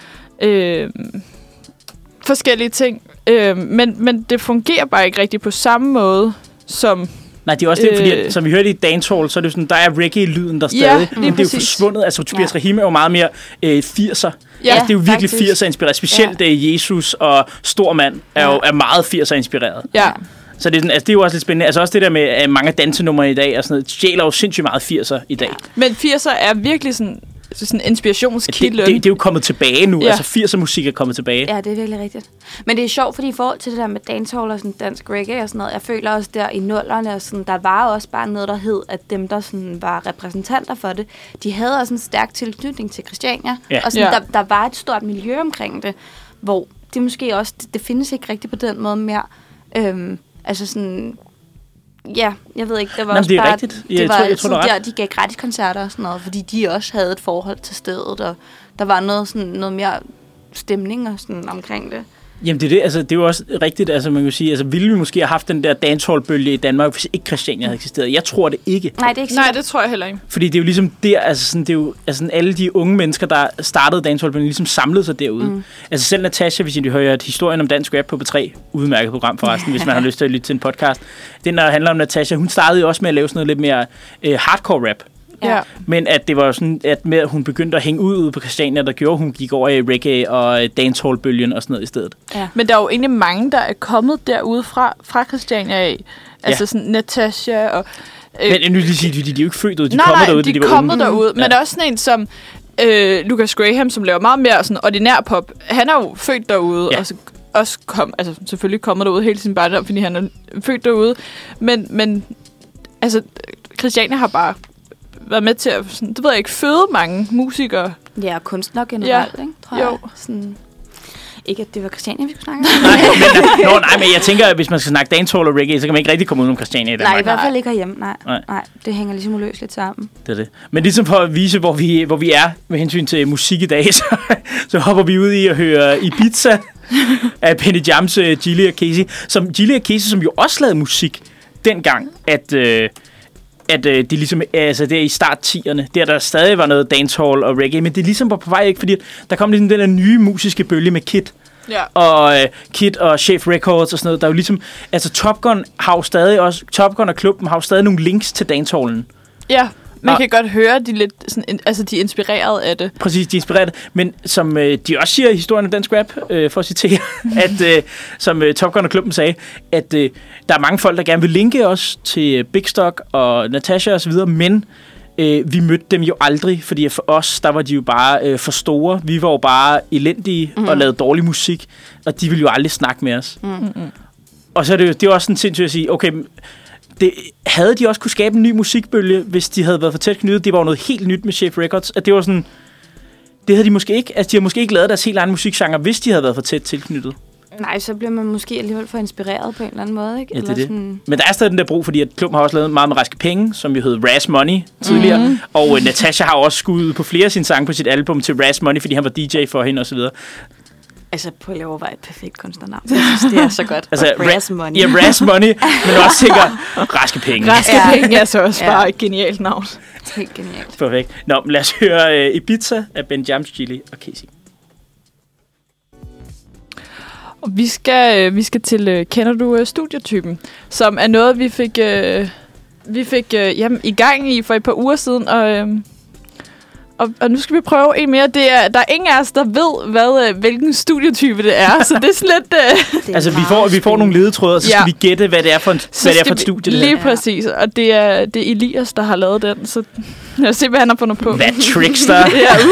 forskellige ting. Men det fungerer bare ikke rigtig på samme måde som... Nej, det er også det, fordi som vi hørte i dancehall, så er det sådan, der er reggae-lyden der stadig, men det er jo forsvundet. Altså, Tobias Rahim er jo meget mere 80'er. Ja, altså, det er jo virkelig 80'er-inspireret. Specielt Jesus og Stormand er meget 80'er-inspireret. Ja. Så det er jo også lidt spændende. Altså også det der med mange dansenumre i dag og sådan noget, stjæler jo sindssygt meget 80'er i dag. Men 80'er er virkelig sådan inspirationskilde. Det er jo kommet tilbage nu. Ja. Altså 80'er musik er kommet tilbage. Ja, det er virkelig rigtigt. Men det er sjovt, fordi i forhold til det der med dancehall og sådan dansk reggae og sådan noget, jeg føler også der i nullerne, og sådan, der var også bare noget, der hed, at dem, der sådan var repræsentanter for det, de havde også en stærk tilknytning til Christiania. Ja. Og sådan, der var et stort miljø omkring det, hvor det måske også, det findes ikke rigtigt på den måde mere. Altså sådan, ja, jeg ved ikke, det var også bare, rigtigt. Det var altid der, de gav gratis koncerter og sådan noget, fordi de også havde et forhold til stedet, og der var noget mere stemning og sådan omkring det. Jamen det er det, altså det er jo også rigtigt, altså man kan sige, altså ville vi måske have haft den der dancehall-bølge i Danmark, hvis ikke Christiania havde eksisteret? Jeg tror det ikke. Nej, det er ikke Nej, det tror jeg heller ikke. Fordi det er jo ligesom der, altså sådan, det er jo altså alle de unge mennesker, der startede dancehall-bølgen, ligesom samlede sig derude. Altså selv Natasha, hvis I hører historien om dansk rap på B3, udmærket program forresten, hvis man har lyst til at lytte til en podcast. Den der handler om Natasha, hun startede jo også med at lave sådan noget lidt mere hardcore rap. Ja. Men at det var sådan, at med at hun begyndte at hænge ud på Christiania, der gjorde, hun gik over i reggae og dancehall-bølgen og sådan noget i stedet. Ja. Men der er jo egentlig mange, der er kommet derude fra Christiania af. Altså sådan Natasha og... Men nu lige sige, de er jo ikke født ud, de kommer derude, de var kommet derude. Men der er også sådan en som Lucas Graham, som laver meget mere sådan ordinær pop. Han er jo født derude, og så også selvfølgelig kommet derude hele sin barndom, fordi han er født derude. Men altså, Christiania har bare været med til at, sådan, det ved jeg ikke, føde mange musikere Ja, og kunstner generelt, ikke, tror jo. jeg. Sådan, ikke, at det var Christiania, vi skulle snakke om. Nej, men jeg tænker, at hvis man skal snakke dancehall og reggae, så kan man ikke rigtig komme ud om Christiania i Danmark. Nej, i hvert fald ikke herhjemme. Nej, det hænger ligesom uløseligt sammen. Det er det. Men ligesom for at vise, hvor vi er med hensyn til musik i dag, så hopper vi ud i at høre Ibiza af Benny Jams, Gilly og Casey. Som jo også lavede musik dengang, at de ligesom, altså det er i start 10'erne, der stadig var noget dancehall og reggae, men det er ligesom på vej ikke, fordi der kom ligesom den der nye musiske bølge med Kid. Ja. Og Kid og Chef Records og sådan noget, der er jo ligesom, altså Top Gun og klubben har jo stadig nogle links til dancehallen. Ja, man kan godt høre, de lidt sådan, altså de er inspireret af det. Præcis, de er inspireret, men som de også siger i historien om dansk rap, for at citere, at som Top Gun og klubben sagde, at der er mange folk, der gerne vil linke os til Big Stock og Natasha og så videre, men vi mødte dem jo aldrig, fordi for os, der var de jo bare for store. Vi var jo bare elendige og lavede dårlig musik, og de ville jo aldrig snakke med os. Og så er det er også sådan sindssygt at sige, okay, havde de også kunne skabe en ny musikbølge, hvis de havde været for tæt knyttet. Det var jo noget helt nyt med Chef Records. At det var sådan, det havde de måske ikke. Altså, de har måske ikke lavet deres helt egen musikgenre, hvis de havde været for tæt tilknyttet. Nej, så bliver man måske alligevel for inspireret på en eller anden måde, ikke? Ja, det er eller det. Men der er stadig den der brug, fordi at klubben har også lavet meget med Raske Penge, som jo hed Ras Money tidligere. Og Natasha har også skudt på flere af sine sange på sit album til Ras Money, fordi han var DJ for hende og så videre. Altså, prøv lige at overveje et perfekt kunstnernavn. Jeg synes, det er så godt. Altså, Ras Money. Ja, Ras Money, men også tænker Raske Penge. Raske Penge er så også bare et genialt navn. Helt genialt. Perfekt. Nå, lad os høre Ibiza af Ben Jams, Gilly og Casey. Og vi skal til, kender du studietypen, som er noget, vi fik i gang i for et par uger siden, og nu skal vi prøve en mere. Der er ingen af os, der ved, hvilken studietype det er, så det er sådan lidt... Altså, vi får nogle ledetråde, og så skal vi gætte, hvad det er for et studie. Lige præcis, og det er Elias, der har lavet den, så lad os se, hvad han har fundet på. Hvad trickster?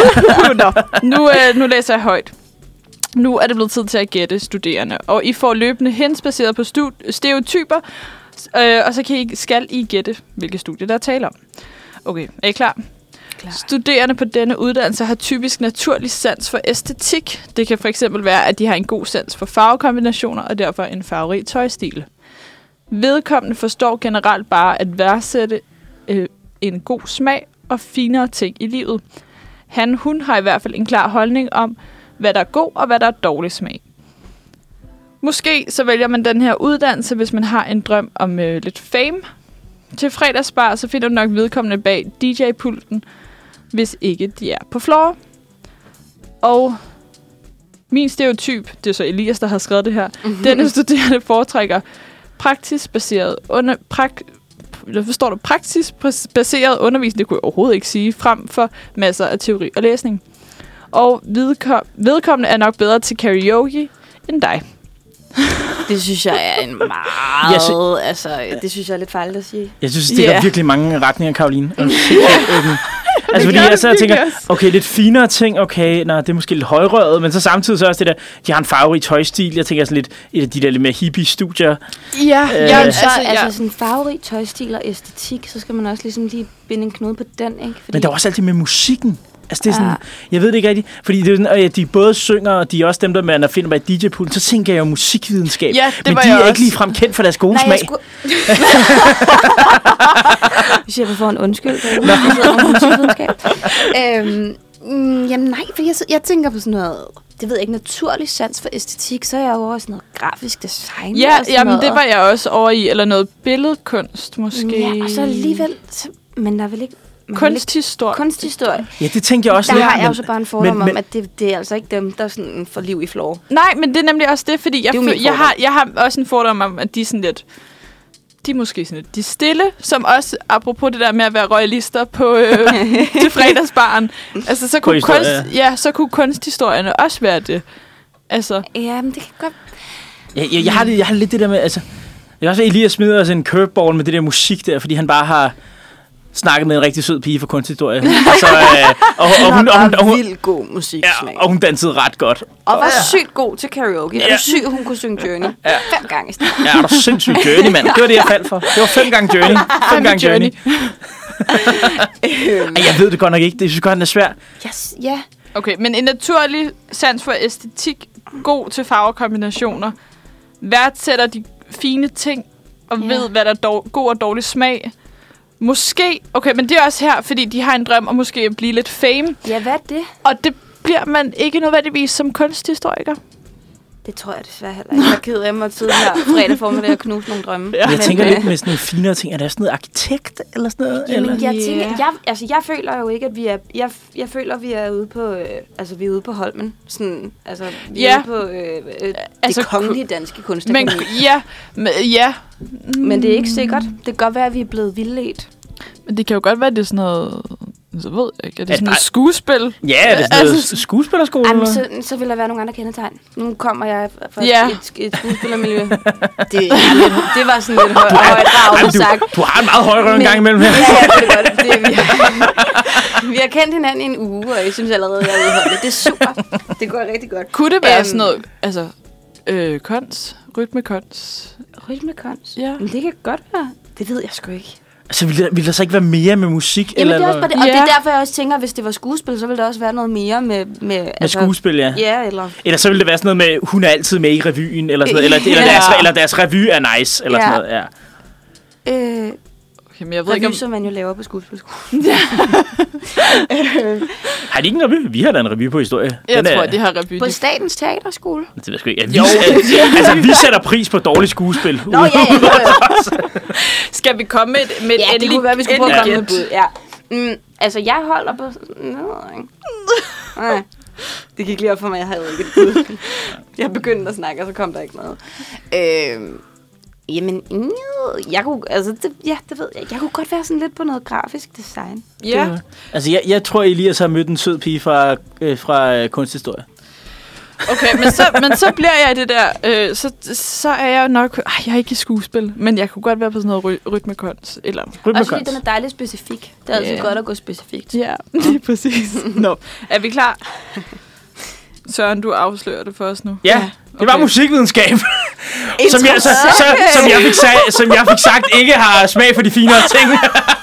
Nu læser jeg højt. Nu er det blevet tid til at gætte studerende, og I får løbende hints baseret på stereotyper, og så skal I gætte, hvilke studie der er tale om. Okay, er I klar? Klar. Studerende på denne uddannelse har typisk naturlig sans for æstetik. Det kan for eksempel være, at de har en god sans for farvekombinationer, og derfor en farverig tøjstil. Vedkommende forstår generelt bare at værdsætte en god smag og finere ting i livet. Hun har i hvert fald en klar holdning om, hvad der er god og hvad der er dårlig smag. Måske så vælger man den her uddannelse, hvis man har en drøm om lidt fame. Til fredagsbar, så finder du nok vedkommende bag DJ-pulten, hvis ikke de er på floor. Og min stereotyp, det er så Elias, der har skrevet det her, denne studerende foretrækker praksisbaseret undervisning, det kunne jeg overhovedet ikke sige, frem for masser af teori og læsning. Og vedkommende er nok bedre til karaoke end dig. Det synes jeg er en meget... det synes jeg er lidt farligt at sige. Jeg synes, det er virkelig mange retninger, Karoline. Altså, fordi jeg så tænker, okay, lidt finere ting, okay, det er måske lidt højrøret, men så samtidig så også det der, de har en farverig tøjstil, jeg tænker sådan lidt, et af de der lidt mere hippie-studier. Altså sådan farverig tøjstil og æstetik, så skal man også ligesom lige binde en knude på den, ikke? Fordi... Men der er også altid med musikken. Altså, det er sådan, jeg ved det ikke rigtigt, fordi det er sådan, de både synger, og de er også dem, der man finder bag DJ-pulten, så tænker jeg jo musikvidenskab. Ja, men de er ikke ligefrem kendt for deres gode smag. Hvis jeg får en undskyld, musikvidenskab. Jamen nej, for jeg tænker på sådan noget, det ved jeg ikke, naturlig sans for æstetik, så er jeg jo også noget grafisk design. Ja, jamen det var jeg også over i, eller noget billedkunst måske. Ja, og så alligevel, men der er vel ikke... Kunsthistorie. Ja, det tænkte jeg også der lidt. Der har jeg også bare en fordom om, at det er altså ikke dem, der sådan får liv i floor. Nej, men det er nemlig også det, fordi jeg har også en fordom om, at de er sådan lidt... De er måske sådan lidt de stille, som også, apropos det der med at være royalister på til fredagsbaren. Altså, så kunne kunsthistorierne også være det. Altså. Ja, men det kan godt... Jeg har lidt det der med, altså... Jeg har også Elias smider også en curveball med det der musik der, fordi han bare har... snakket med en rigtig sød pige fra kunsthistorie. Og hun vildt god musiksmag. Ja, og hun dansede ret godt. Og var sygt god til karaoke. Ja. Er du syg, hun kunne synge Journey 5 gange i stedet. Ja, er du sindssygt Journey, mand. Det var det, jeg faldt for. Det var 5 gange Journey. 5 gange Journey. Jeg ved det godt nok ikke. Det synes godt, den er svær. Yes, ja. Okay, men en naturlig sans for æstetik, god til farvekombinationer, værdsætter de fine ting, og ved, hvad der er god og dårlig smag. Måske, okay, men det er også her, fordi de har en drøm om måske at blive lidt fame. Ja, hvad er det? Og det bliver man ikke nødvendigvis som kunsthistoriker. Det tror jeg desværre heller ikke. Jeg er ked af mig at sidde her fredag formiddag og knuse nogle drømme. Ja. Jeg tænker lidt med sådan nogle finere ting. Er der sådan noget arkitekt eller sådan noget? Jamen, eller? jeg tænker, jeg føler jo ikke, at vi er... Jeg føler, at vi er ude på... vi er ude på Holmen. Sådan, vi er ude på det kongelige danske kunstakademi. Men det er ikke sikkert. Det kan godt være, at vi er blevet vildledt. Men det kan jo godt være, at det er sådan noget... Så ved jeg ikke. Er det sådan noget skuespil? Ja, det er sådan noget skuespillerskole? Jamen, så vil der være nogle andre kendetegn. Nu kommer jeg fra et skuespillermiljø. Det var sådan lidt højt rav sagt. Du har en meget høj røv en gang imellem her. Ja, det er godt. Vi har kendt hinanden i en uge, og jeg synes allerede, jeg er udholdt. Det er super. Det går rigtig godt. Kunne det være sådan noget... kons? Rytmekons? Rytmekons? Ja. Men det kan godt være. Det ved jeg sgu ikke. Altså, vil der så ikke være mere med musik? Jamen, det er også bare det. Og det er derfor, jeg også tænker, hvis det var skuespil, så ville der også være noget mere med skuespil, ja. Ja, eller så ville det være sådan noget med, hun er altid med i revyen, eller sådan noget, eller deres revy er nice, eller sådan noget, ja. Okay, men jeg ved ikke om... som man jo laver på skuespilskolen. Har de ikke en revy? Vi har da en revy på historie. Jeg tror, de har revy. På Statens Teaterskole? Det ved jeg sgu ikke. Altså, vi sætter pris på dårligt skuespil. Nå, ja. Skal vi komme med et endeligt... Ja, det kunne være, vi skulle prøve at komme med bud. Ja. Altså, jeg holder på... Nej. Det gik lige op for mig, jeg havde ikke et bud. Jeg begyndte at snakke, og så kom der ikke noget. Jamen, jeg kunne, det ved jeg. Jeg kunne godt være sådan lidt på noget grafisk design. Ja. Altså, jeg tror, Elias har mødt en sød pige fra kunsthistorie. Okay, men så bliver jeg i det der, så er jeg jo nok... jeg er ikke i skuespil, men jeg kunne godt være på sådan noget rytmekons. Eller også fordi den er dejligt specifik. Det er altid godt at gå specifikt. Ja, det er præcis. Nå, er vi klar? Søren, du afslører det for os nu. Ja, det var musikvidenskab. som jeg fik sagt ikke har smag for de finere ting.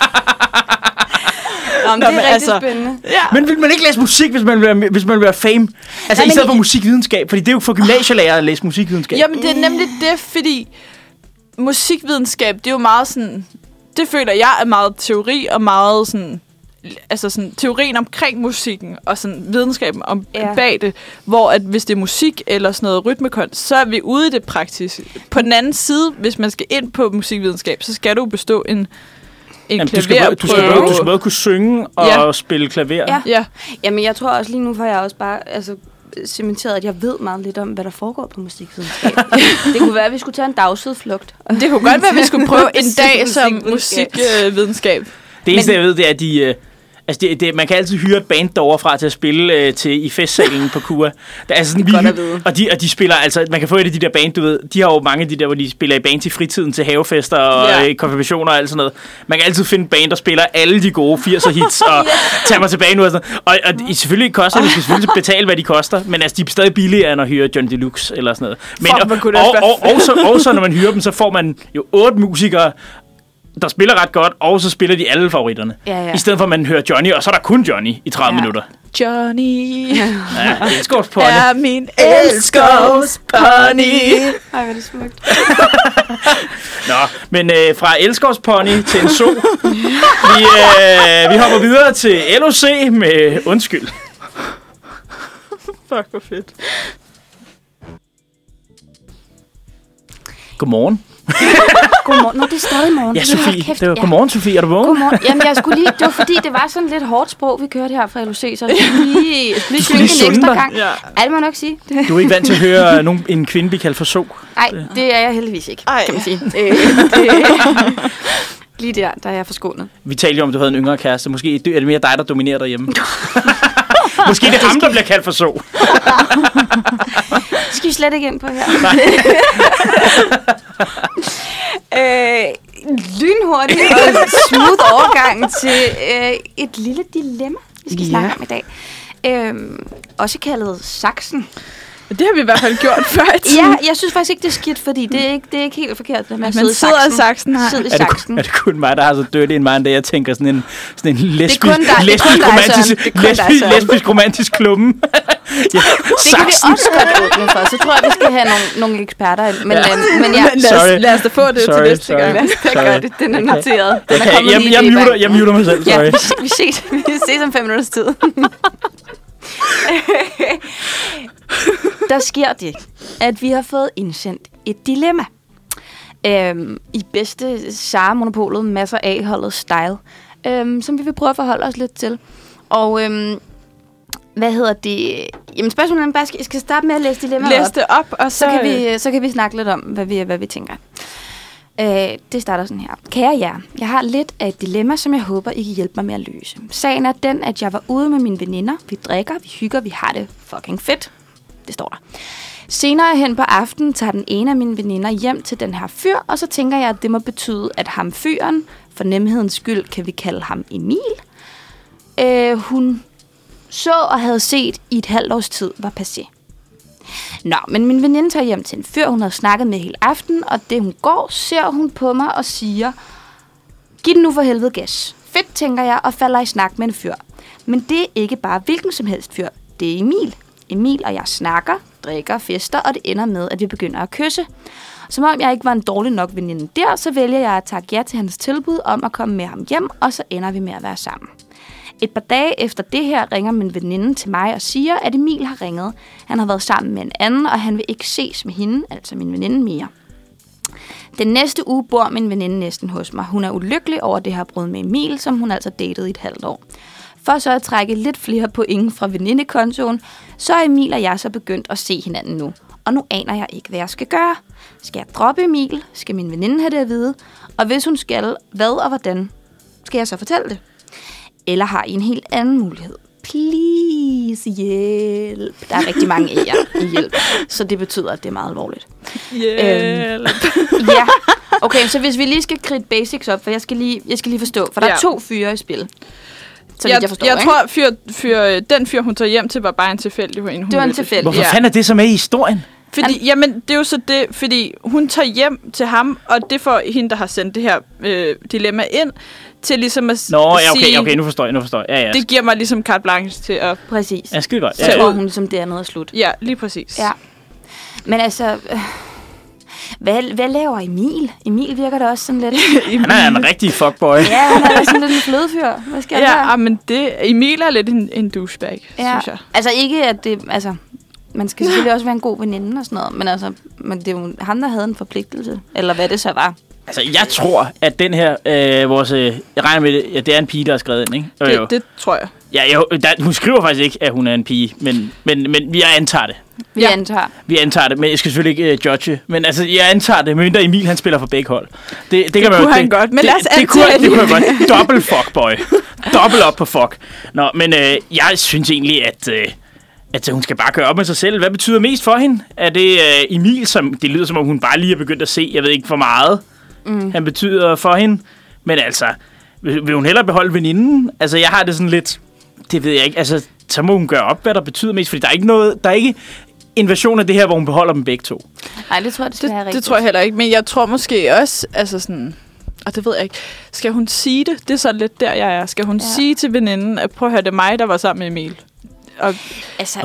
Det er rigtig spændende. Ja. Men vil man ikke læse musik, hvis man vil være fame? Altså i stedet for musikvidenskab, fordi det er jo for gymnasielærer at læse musikvidenskab. Jamen det er nemlig det, fordi musikvidenskab, det er jo meget sådan... Det føler jeg er meget teori og meget sådan... Altså sådan teorien omkring musikken og sådan videnskaben bag det, hvor at hvis det er musik eller sådan noget rytmekunst, så er vi ude i det praktiske. På den anden side, hvis man skal ind på musikvidenskab, så skal du bestå en klaver. Du skal både kunne synge og spille klaver. Ja. Jamen jeg tror også lige nu, for jeg også bare cementeret, at jeg ved meget lidt om, hvad der foregår på musikvidenskab. Det kunne være, at vi skulle tage en dagsudflugt. Det kunne godt være, at vi skulle prøve en dag som musikvidenskab. Det eneste, jeg ved, det er, at de... man kan altid hyre et band derovre fra til at spille i festsalen på KUA. Og de spiller, altså, man kan få et af de der band, du ved, de har jo mange af de der, hvor de spiller i band til fritiden, til havefester og konfirmationer og alt sådan noget. Man kan altid finde et band, der spiller alle de gode 80'er hits og tager mig tilbage nu og sådan noget. Og selvfølgelig koster det, skal selvfølgelig betale, hvad de koster, men altså, de er stadig billigere end at hyre John Deluxe eller sådan noget. Men også når man hyrer dem, så får man jo 8 musikere, der spiller ret godt, og så spiller de alle favoritterne. Ja. I stedet for, at man hører Johnny, og så er der kun Johnny i 30 minutter. Johnny elskovspony. Er min elskovspony. Ej, hvor er det smukt. Nå, men fra elskovspony til en so. Vi hopper videre til LOC med Undskyld. Fuck, hvor fedt. Godmorgen. Godmorgen. Nå, det er stadig morgen. Ja, Sofie. Det var godmorgen, Sofie. Er du vågen? Godmorgen. Jamen, jeg skulle lige... Det var fordi, det var sådan lidt hårdt sprog, vi kørte her fra LOC, så jeg skulle lige synge en ekstra gang. Ja. Det må nok sige. Du er ikke vant til at høre en kvinde blive kaldt for so? Nej, det er jeg heldigvis ikke, kan man sige. Lige der er jeg forskånet. Vi talte jo om, du havde en yngre kæreste. Måske er det mere dig, der dominerer derhjemme. Måske det er ham, der bliver kaldt for so. Det skal vi slet ikke ind på her. Lynhurtigt og smooth overgang til et lille dilemma, vi skal snakke om i dag. Også kaldet saksen. Det har vi i hvert fald gjort før i tiden. Ja, jeg synes faktisk ikke, det er skidt, fordi det er ikke helt forkert. Man sidder i saksen her. Er det kun mig, der har så dirty en mind, jeg tænker sådan en lesbisk romantisk klumme? Ja, det kan vi også godt åbne for. Så tror jeg, vi skal have nogle eksperter. Men lad os da få det til næste gang. Lad os da gøre det. Den er noteret. Jeg muter mig selv, sorry. Ja, vi ses om 5 minutters tid. Der sker det, at vi har fået indsendt et dilemma. I bedste Sara-monopolet, masser af holdet style, som vi vil prøve at forholde os lidt til. Og hvad hedder det? Jamen spørgsmålet er bare, jeg skal starte med at læse dilemmaet op. Læs det op, og så kan vi snakke lidt om, hvad vi tænker. Det starter sådan her. Kære jer, jeg har lidt af et dilemma, som jeg håber, I kan hjælpe mig med at løse. Sagen er den, at jeg var ude med mine veninder. Vi drikker, vi hygger, vi har det fucking fedt. Det står der. Senere hen på aftenen tager den ene af mine veninder hjem til den her fyr, og så tænker jeg, at det må betyde, at ham fyren, for nemhedens skyld kan vi kalde ham Emil, hun så og havde set i et halvt års tid var passé. Nå, men min veninde tager hjem til en fyr, hun havde snakket med hele aften, og det hun går, ser hun på mig og siger, giv den nu for helvede gas. Fedt, tænker jeg, og falder i snak med en fyr. Men det er ikke bare hvilken som helst fyr, det er Emil. Emil og jeg snakker, drikker, fester, og det ender med, at vi begynder at kysse. Som om jeg ikke var en dårlig nok veninde der, så vælger jeg at takke ja til hans tilbud om at komme med ham hjem, og så ender vi med at være sammen. Et par dage efter det her ringer min veninde til mig og siger, at Emil har ringet. Han har været sammen med en anden, og han vil ikke ses med hende, altså min veninde, mere. Den næste uge bor min veninde næsten hos mig. Hun er ulykkelig over det her brud med Emil, som hun altså datede i et halvt år. For så at trække lidt flere point fra venindekontoen, så er Emil og jeg så begyndt at se hinanden nu. Og nu aner jeg ikke, hvad jeg skal gøre. Skal jeg droppe Emil? Skal min veninde have det at vide? Og hvis hun skal, hvad og hvordan? Skal jeg så fortælle det? Eller har I en helt anden mulighed? Please, hjælp. Der er rigtig mange E'er i hjælp, så det betyder, at det er meget alvorligt. Hjælp. Ja, okay, så hvis vi lige skal kridte basics op, for jeg skal lige forstå, for der er 2 fyre i spil. Jeg tror, den fyr, hun tager hjem til, var bare en tilfældig. Det var en tilfældig. Hvorfor fanden er det så med i historien? Jamen, det er jo så det, fordi hun tager hjem til ham, og det får hende, der har sendt det her dilemma ind, til ligesom at sige... Okay, nu forstår jeg. Ja. Det giver mig ligesom carte blanche til at... Præcis. Ja, skide godt. Så tror hun ligesom, det er noget at slutte. Ja, lige præcis. Ja. Men altså... Hvad laver Emil? Emil virker da også sådan lidt... Han er en rigtig fuckboy. Ja, han er sådan lidt en flødefyr. Hvad skal jeg gøre? Ja, men Emil er lidt en douchebag, synes jeg. Altså ikke, at det... Altså, man skal selvfølgelig også være en god veninde og sådan noget, men det er jo ham, der havde en forpligtelse. Eller hvad det så var. Altså, jeg tror, at den her... jeg regner med det... Ja, det er en pige, der har skrevet ind, ikke? Det tror jeg. Ja, hun skriver faktisk ikke, at hun er en pige, men vi antager det. Vi antager det, men jeg skal selvfølgelig ikke judge. Men altså, jeg antager det, medmindre Emil, han spiller for begge hold. Det kan man kunne han godt, men lad os antage det kunne han godt. Dobbelt fuckboy. Dobbelt op på fuck. Nå, men jeg synes egentlig, at hun skal bare gøre op med sig selv. Hvad betyder mest for hende? Er det Emil, som det lyder som om hun bare lige er begyndt at se, jeg ved ikke hvor meget, han betyder for hende. Men altså, vil hun hellere beholde veninden? Altså, jeg har det sådan lidt, det ved jeg ikke. Altså, så må hun gøre op, hvad der betyder mest, fordi der er ikke en version af det her, hvor hun beholder dem begge to. Nej, det tror jeg, det tror jeg heller ikke, men jeg tror måske også, altså sådan, og det ved jeg ikke, skal hun sige det? Det er så lidt der, jeg er. Skal hun sige til veninden, at prøv at høre, det er mig, der var sammen med Emil? Og altså,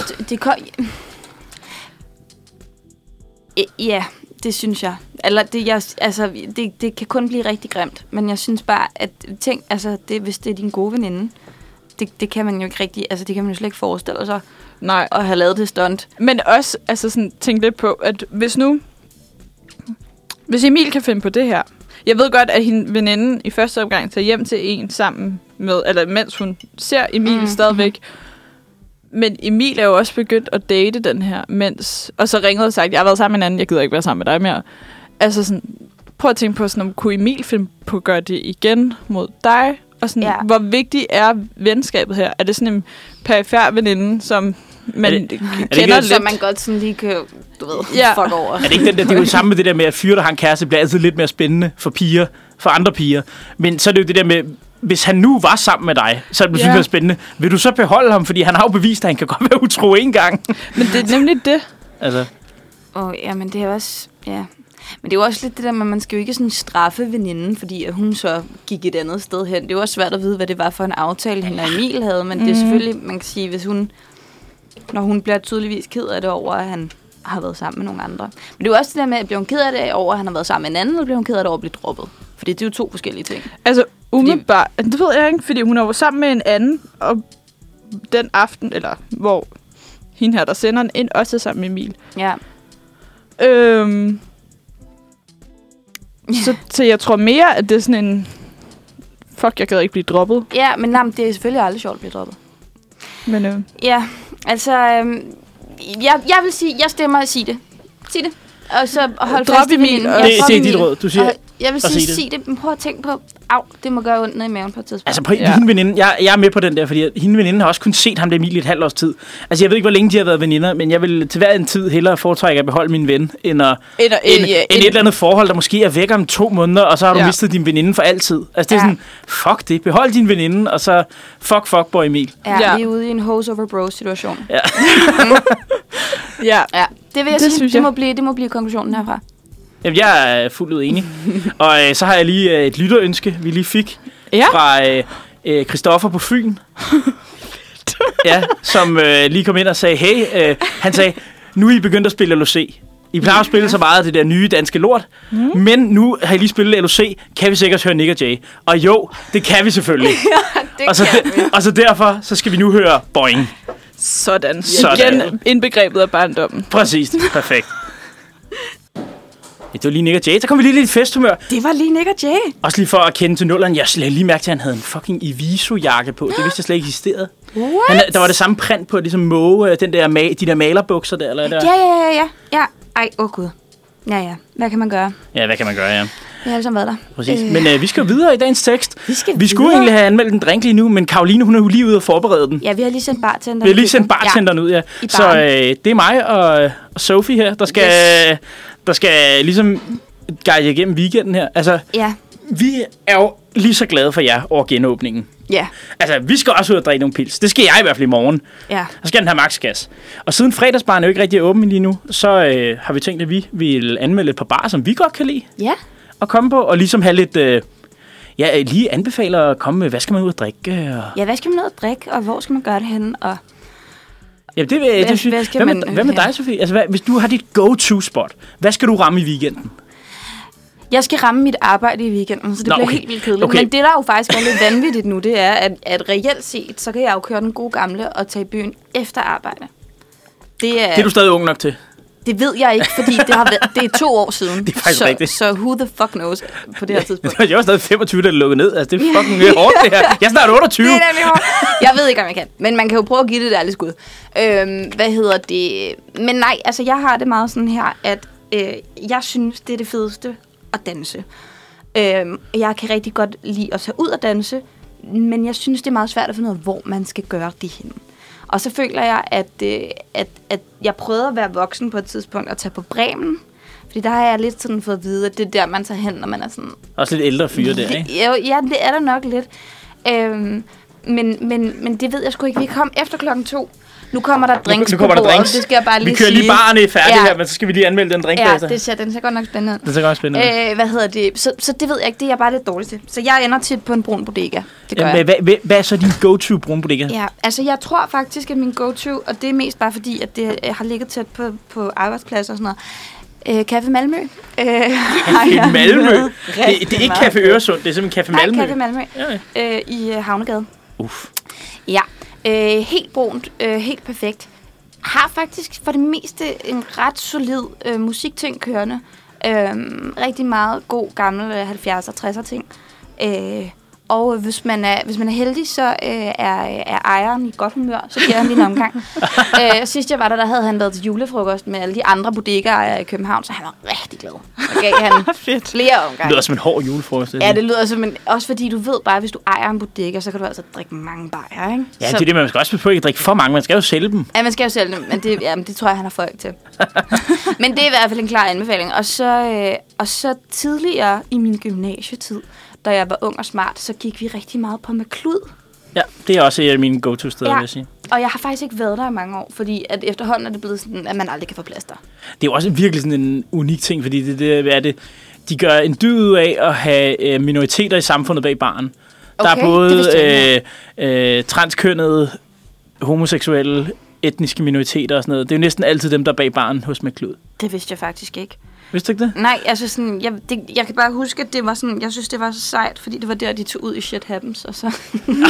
ja, det synes jeg. Eller det kan kun blive rigtig grimt, men jeg synes bare, at hvis det er din gode veninde, det kan man jo ikke rigtig, altså det kan man jo slet ikke forestille sig. Nej. At have lavet det stunt. Men også, altså sådan, tænk lidt på, at hvis Emil kan finde på det her, jeg ved godt, at hende veninden i første omgang tager hjem til en sammen med, eller mens hun ser Emil stadigvæk. Men Emil er jo også begyndt at date den her, og så ringede og sagt, jeg har været sammen med en anden, jeg gider ikke være sammen med dig mere. Altså sådan, prøv at tænke på sådan, om kunne Emil finde på at gøre det igen mod dig? Og sådan, hvor vigtigt er venskabet her? Er det sådan en perifer veninde, som man kender lidt? Som man godt sådan lige kan, fuck over. Er det ikke den der, det er jo samme med det der med, at fyre, der har en kæreste, bliver altid lidt mere spændende for andre piger. Men så er det jo det der med, hvis han nu var sammen med dig, så det synes jeg spændende. Vil du så beholde ham, fordi han har jo bevist, at han kan godt være utro en gang? Men det er nemlig det. Altså. Ja, men det er også... Ja. Men det er jo også lidt det der, at man skal jo ikke sådan straffe veninden, fordi at hun så gik et andet sted hen. Det er jo også svært at vide, hvad det var for en aftale, hende og Emil havde, men det er selvfølgelig, man kan sige, hvis hun... Når hun bliver tydeligvis ked af det over, at han har været sammen med nogle andre. Men det er jo også det der med, at bliver hun ked af det over, at han har været sammen med en anden, eller bliver hun ked af det over at blive droppet? Fordi det er jo 2 forskellige ting. Altså, umiddelbart, det ved jeg ikke, fordi hun var sammen med en anden, og den aften, eller hvor hende her, der sender den ind, også sammen med Emil. Ja. Så jeg tror mere, at det er sådan en... Fuck, jeg gad ikke blive droppet. Ja, men det er selvfølgelig aldrig sjovt at blive droppet. Men Ja, altså... Jeg vil sige, jeg stemmer at sige det. Sig det. Og så hold fast i Emil. Det er dit råd, du siger. Jeg vil sige det, men prøv at tænke på, det må gøre ondt ned i maven på et tidspunkt. Altså, hende veninde, jeg er med på den der, fordi hende veninde har også kun set ham det Emil i et halvt års tid. Altså, jeg ved ikke, hvor længe de har været veninder, men jeg vil til hver en tid hellere foretrække at beholde min ven, end et eller andet forhold, der måske er væk om 2 måneder, og så har du mistet din veninde for altid. Altså, det er sådan, fuck det, behold din veninde, og så fuck boy Emil. Ja, vi er ude i en hose over bros situation. Ja. Ja, det vil jeg sige, det må blive konklusionen herfra. Jamen, jeg er fuldt ud enig. Og så har jeg lige et lytterønske, vi lige fik fra Christoffer på Fyn. Ja, som lige kom ind og sagde, hey, han sagde, nu er I begyndt at spille LOC. I plejer at spille så meget af det der nye danske lort, men nu har I lige spillet LOC, kan vi sikkert høre Nick og Jay. Og jo, det kan vi selvfølgelig. Og så derfor, så skal vi nu høre Boing. Sådan. Igen indbegrebet af barndommen. Præcis, perfekt. Det var lige Nick og Jay. Så kom vi lige lidt i festhumør. Det var lige Nick og Jay. Også lige for at kende til nulleren. Jeg lagde lige mærke til, at han havde en fucking Iviso-jakke på. Det vidste jeg slet ikke eksisterede. Der var det samme print på, ligesom Måge, de der malerbukser der. Eller der. Ja. Ej, gud. Ja. Hvad kan man gøre? Ja, hvad kan man gøre, ja. Vi har alle sammen været der. Præcis. Men vi skal jo videre i dagens tekst. Vi skulle videre. egentlig have anmeldt en drink lige nu, men Karoline, hun er jo lige ude og forberede den. Ja, vi har lige sendt bartenderen. Vi har lige sendt bartenderen ud, ja. Så det er mig og Sophie her, der skal ligesom guide igennem weekenden her. Altså, vi er jo lige så glade for jer over genåbningen. Ja. Altså, vi skal også ud og drikke nogle pils. Det skal jeg i hvert fald i morgen. Ja. Så skal den have maksgas. Og siden fredagsbaren er jo ikke rigtig åben lige nu, så har vi tænkt, at vi vil anmelde et par barer, som vi godt kan lide. Ja. Og komme på, og ligesom have lidt... lige anbefaler at komme med, hvad skal man ud og drikke? Og... Ja, hvad skal man ud og drikke, og hvor skal man gøre det henne? Og... Ja, hvad med dig, Sofie? Altså, hvis du har dit go-to-spot, hvad skal du ramme i weekenden? Jeg skal ramme mit arbejde i weekenden, så det bliver helt vildt kedeligt. Okay. Men det, der jo faktisk er lidt vanvittigt nu, det er, at reelt set, så kan jeg jo køre den gode gamle og tage i byen efter arbejde. Det er du stadig ung nok til? Det ved jeg ikke, fordi det er 2 år siden. Det er faktisk rigtigt. Så who the fuck knows på det her tidspunkt. Jeg var stadig 25, da det lukkede ned. Altså, det er fucking hårdt, det her. Jeg er snart 28. Det er nemlig hårdt. Jeg ved ikke, om jeg kan. Men man kan jo prøve at give det et ærligt skud. Men nej, altså jeg har det meget sådan her, at jeg synes, det er det fedeste at danse. Jeg kan rigtig godt lide at tage ud og danse, men jeg synes, det er meget svært at finde ud af, hvor man skal gøre det henne. Og så føler jeg, at jeg prøvede at være voksen på et tidspunkt og tage på Bremen. Fordi der har jeg lidt sådan fået at vide, at det er der, man tager hen, når man er sådan... Også lidt ældre fyre der, ikke? Ja, det er der nok lidt. Men det ved jeg sgu ikke. Vi kom efter 2:00. Nu kommer der drinks på bordet. Det skal jeg bare lige sige. Vi kører lige barerne færdige her, men så skal vi lige anmelde den drink. Ja, den ser godt nok spændende ud. Så det ved jeg ikke. Det er jeg bare lidt dårlig til. Så jeg ender tit på en brun bodega. Det gør jeg. Hvad er så din go-to brun bodega? Ja, altså jeg tror faktisk, at min go-to, og det er mest bare fordi, at det har ligget tæt på arbejdspladser og sådan noget. Café Malmø. Café Malmø? Det er ikke Café Øresund, det er simpelthen Café Malmø. Nej, Café Malmø. I Havnegade. Ja. Helt brunt, helt perfekt. Har faktisk for det meste en ret solid musikting kørende. Rigtig meget god gammel 70'er 60'er ting. Og hvis man er heldig, så er ejeren i godt humør, så giver han lige en omgang. Sidst jeg var der havde han været til julefrokost med alle de andre bodegaejere i København, så han var rigtig glad. Og gav han flere omgange. Det lyder som en hård julefrokost. Ja, det lyder som en... Også fordi du ved bare, hvis du ejer en bodega, så kan du altså drikke mange bajer, ikke? Ja, det er det, man skal også passe på ikke at drikke for mange. Man skal jo sælge dem. Ja, man skal jo sælge dem, men det tror jeg, han har folk til. Men det er i hvert fald en klar anbefaling. Og så tidligere i min gymnasietid, da jeg var ung og smart, så gik vi rigtig meget på McClud. Ja, det er også et af mine go-to-steder, vil jeg sige. Og jeg har faktisk ikke været der i mange år, fordi at efterhånden er det blevet sådan, at man aldrig kan få plads der. Det er jo også virkelig sådan en unik ting, fordi de gør en dyd ud af at have minoriteter i samfundet bag baren. Der er både transkønnede, homoseksuelle, etniske minoriteter og sådan noget. Det er jo næsten altid dem, der er bag baren hos McClud. Det vidste jeg faktisk ikke. Vidste du ikke det? Nej, altså sådan, jeg kan bare huske, at det var sådan, jeg synes, det var så sejt, fordi det var der, de tog ud i Shit Happens, og så,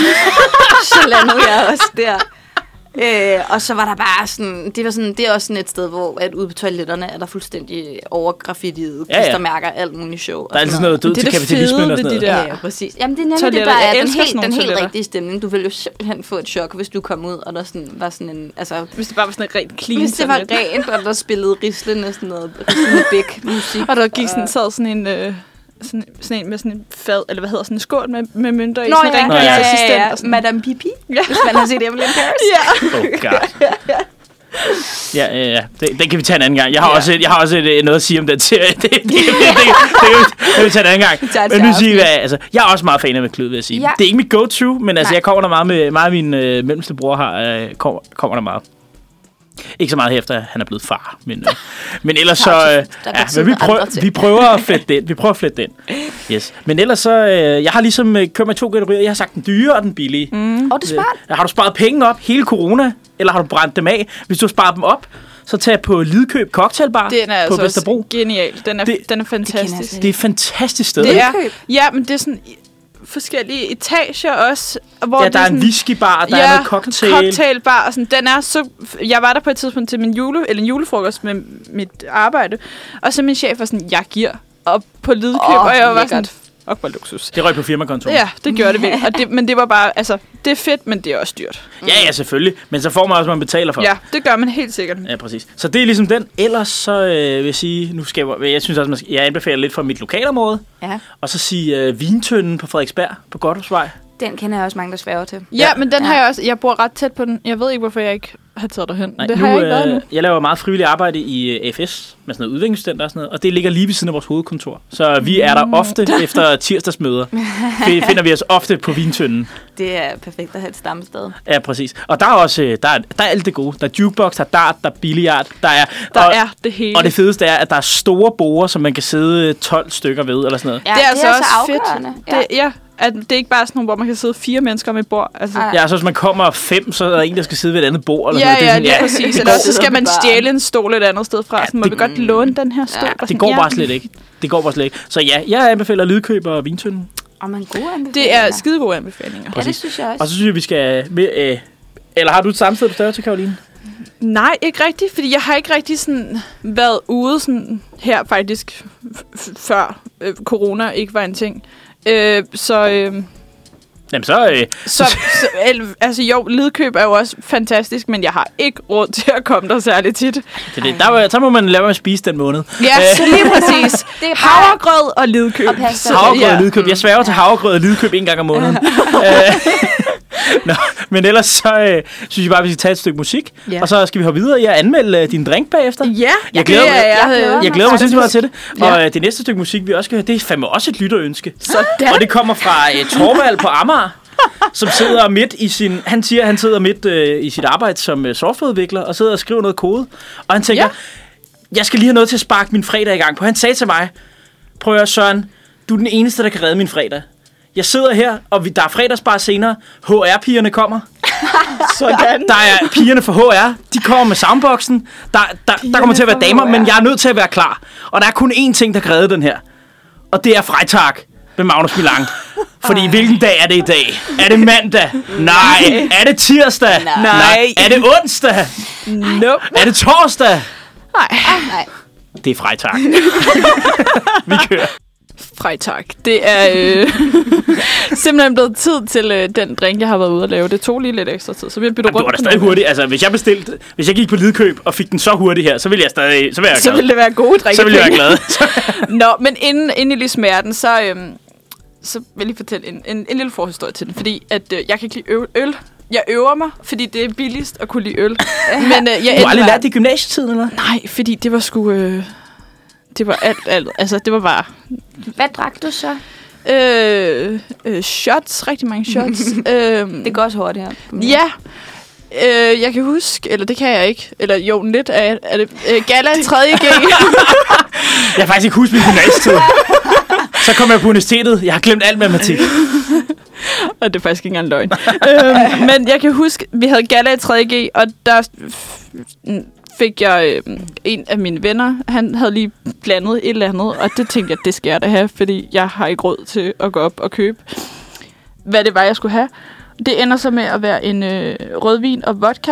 så landede jeg også der. Og så var der bare sådan, det er også sådan et sted, hvor at ude på toiletterne er der fuldstændig overgraffitiet, klistermærker, alt muligt show. Der er altid sådan noget død til kapitalismen og sådan noget. Ja, præcis. Jamen det er nemlig det, der er den helt rigtige stemning. Du vil jo simpelthen få et chok, hvis du kom ud, og der sådan, var sådan en, altså... Hvis det bare var sådan et rent clean. Hvis det var rent, og der spillede rislende sådan noget, rislende bæk musik. Og der gik sad sådan en... Sådan en med sådan en fad, eller hvad hedder sådan en skål med mønter i, sådan en rengøringsassistent. Og sådan. Madame Pipi, hvis man har set Emily in Paris. Oh god. Ja. Den kan vi tage en anden gang. Jeg har også noget at sige om den serie. Det kan vi tage en anden gang. Men nu siger altså, jeg er også meget fan af McClud, vil jeg sige. Ja. Det er ikke mit go-to, men altså, jeg kommer der meget med af min mellemste bror har kommer der meget. Ikke så meget efter, at han er blevet far. Men ellers så... vi prøver at flette den. Yes. Men ellers så... jeg har ligesom kørt med 2 kategorier. Jeg har sagt den dyre og den billige. Det er smart. Har du sparet penge op hele corona? Eller har du brændt dem af? Hvis du har sparet dem op, så tag på Lidkøb Cocktailbar på Vesterbro. Genial. Den er fantastisk. Det er et fantastisk sted. Ja, men det er sådan... forskellige etager også. Hvor der er en whiskybar, der er noget cocktailbar. Og sådan. Den er så... Jeg var der på et tidspunkt til en julefrokost med mit arbejde, og så min chef var sådan, jeg giver op på Lidkøb, og jeg var sådan... Og på luksus. Det røg på firmakontoen. Ja, det gjorde det virkelig. Men det var bare, altså, det er fedt, men det er også dyrt. Ja, selvfølgelig. Men så får man også, hvad man betaler for. Ja, det gør man helt sikkert. Ja, præcis. Så det er ligesom den. Ellers så vil jeg sige, jeg synes også, jeg anbefaler lidt fra mit lokalområde. Ja. Og så sige Vintønden på Frederiksberg på Godthåbsvej. Den kender jeg også mange, der sværger til. Ja, men den har jeg også. Jeg bor ret tæt på den. Jeg ved ikke, hvorfor jeg ikke har taget derhen. Nej, det har jeg ikke været nu. Jeg laver meget frivilligt arbejde i AFS med sådan noget udviklingsstudenter og sådan noget, og det ligger lige ved siden af vores hovedkontor. Så vi er der ofte efter tirsdagsmøder. Finder vi os ofte på Vintønden. Det er perfekt at have et stammested. Ja, præcis. Og der er også der er alt det gode. Der er jukebox, der er dart, der er billiard, der er det hele. Og det fedeste er, at der er store borde, som man kan sidde 12 stykker ved eller sådan noget. Ja, det er altså også afgørende. Fedt. At det er ikke bare sådan nogle, hvor man kan sidde 4 mennesker med et bord. Altså. Ja, så hvis man kommer 5, så er der en, der skal sidde ved et andet bord. Eller sådan noget. Det er præcis. Eller så skal man stjæle en stol et andet sted fra. Så må vi godt låne den her stol. Ja, det går bare slet ikke. Så ja, jeg anbefaler Lidkøb og Vintønden. Og man gode anbefalinger. Det er skide gode anbefalinger. Ja, det synes jeg også. Og så synes jeg, vi skal... eller har du et samme sted, du større til, Karoline? Nej, ikke rigtigt, fordi jeg har ikke rigtig sådan været ude sådan her faktisk før corona ikke var en ting. Jamen så... altså jo, Lidkøb er jo også fantastisk, men jeg har ikke råd til at komme der særlig tit. Så må man lade være at spise den måned. Ja, så lige præcis. Det er havregrød og Lidkøb. Havregrød og Lidkøb. Jeg sværger til havregrød og Lidkøb en gang om måneden. Nå, men ellers så synes jeg bare, at vi skal tage et stykke musik, og så skal vi hoppe videre i at anmelde din drink bagefter. Ja, jeg glæder mig sindssygt meget til det. Og det næste stykke musik, vi også skal høre, det er fandme også et lytterønske. Sådan. Og det kommer fra Torvald på Amager, som sidder midt i sin... Han siger, han sidder midt i sit arbejde som softwareudvikler, og sidder og skriver noget kode. Og han tænker, jeg skal lige have noget til at sparke min fredag i gang på. Han sagde til mig, prøv at høre, Søren, du er den eneste, der kan redde min fredag. Jeg sidder her, og der er fredagsbar senere. HR-pigerne kommer. Sådan. Der er pigerne fra HR. De kommer med soundboxen. Der kommer til at være damer, men jeg er nødt til at være klar. Og der er kun én ting, der kan redde den her. Og det er Freitag med Magnus Milang. Fordi hvilken dag er det i dag? Er det mandag? Nej. Er det tirsdag? Nej. Er det onsdag? Nope. Er det torsdag? Nej. Det er Freitag. Vi kører. Freitag. Det er simpelthen blevet tid til den drink, jeg har været ude at lave. Det tog lige lidt ekstra tid, så vi bytte rundt. Du var da stadig hurtigt. Altså, hvis jeg gik på Lidkøb og fik den så hurtigt her, så ville jeg stadig, så ville jeg glad. Så ville det være gode drikke. Så ville jeg være glad. Nå, men inden I lige smager den, så vil jeg lige fortælle en lille forhistorie til den, fordi at jeg kan ikke lide øl. Jeg øver mig, fordi det er billigst at kunne lide øl. Men du har aldrig lært det i gymnasietiden, eller? Nej, fordi det var sgu... det var alt. Altså, det var bare... Hvad drak du så? Shots. Rigtig mange shots. Det går også hurtigt her. Ja. Jeg kan huske, eller det kan jeg ikke, eller jo, lidt af det. Gala i 3.G. Jeg har faktisk ikke husket min gymnasietid. Så kom jeg på universitetet. Jeg har glemt alt matematik. Og det er faktisk ikke engang løgn. Men jeg kan huske, vi havde gala i 3.G, og der fik jeg en af mine venner. Han havde lige blandet et eller andet, og det tænkte jeg, det skal jeg da have, fordi jeg har ikke råd til at gå op og købe, hvad det var, jeg skulle have. Det ender så med at være en rødvin og vodka.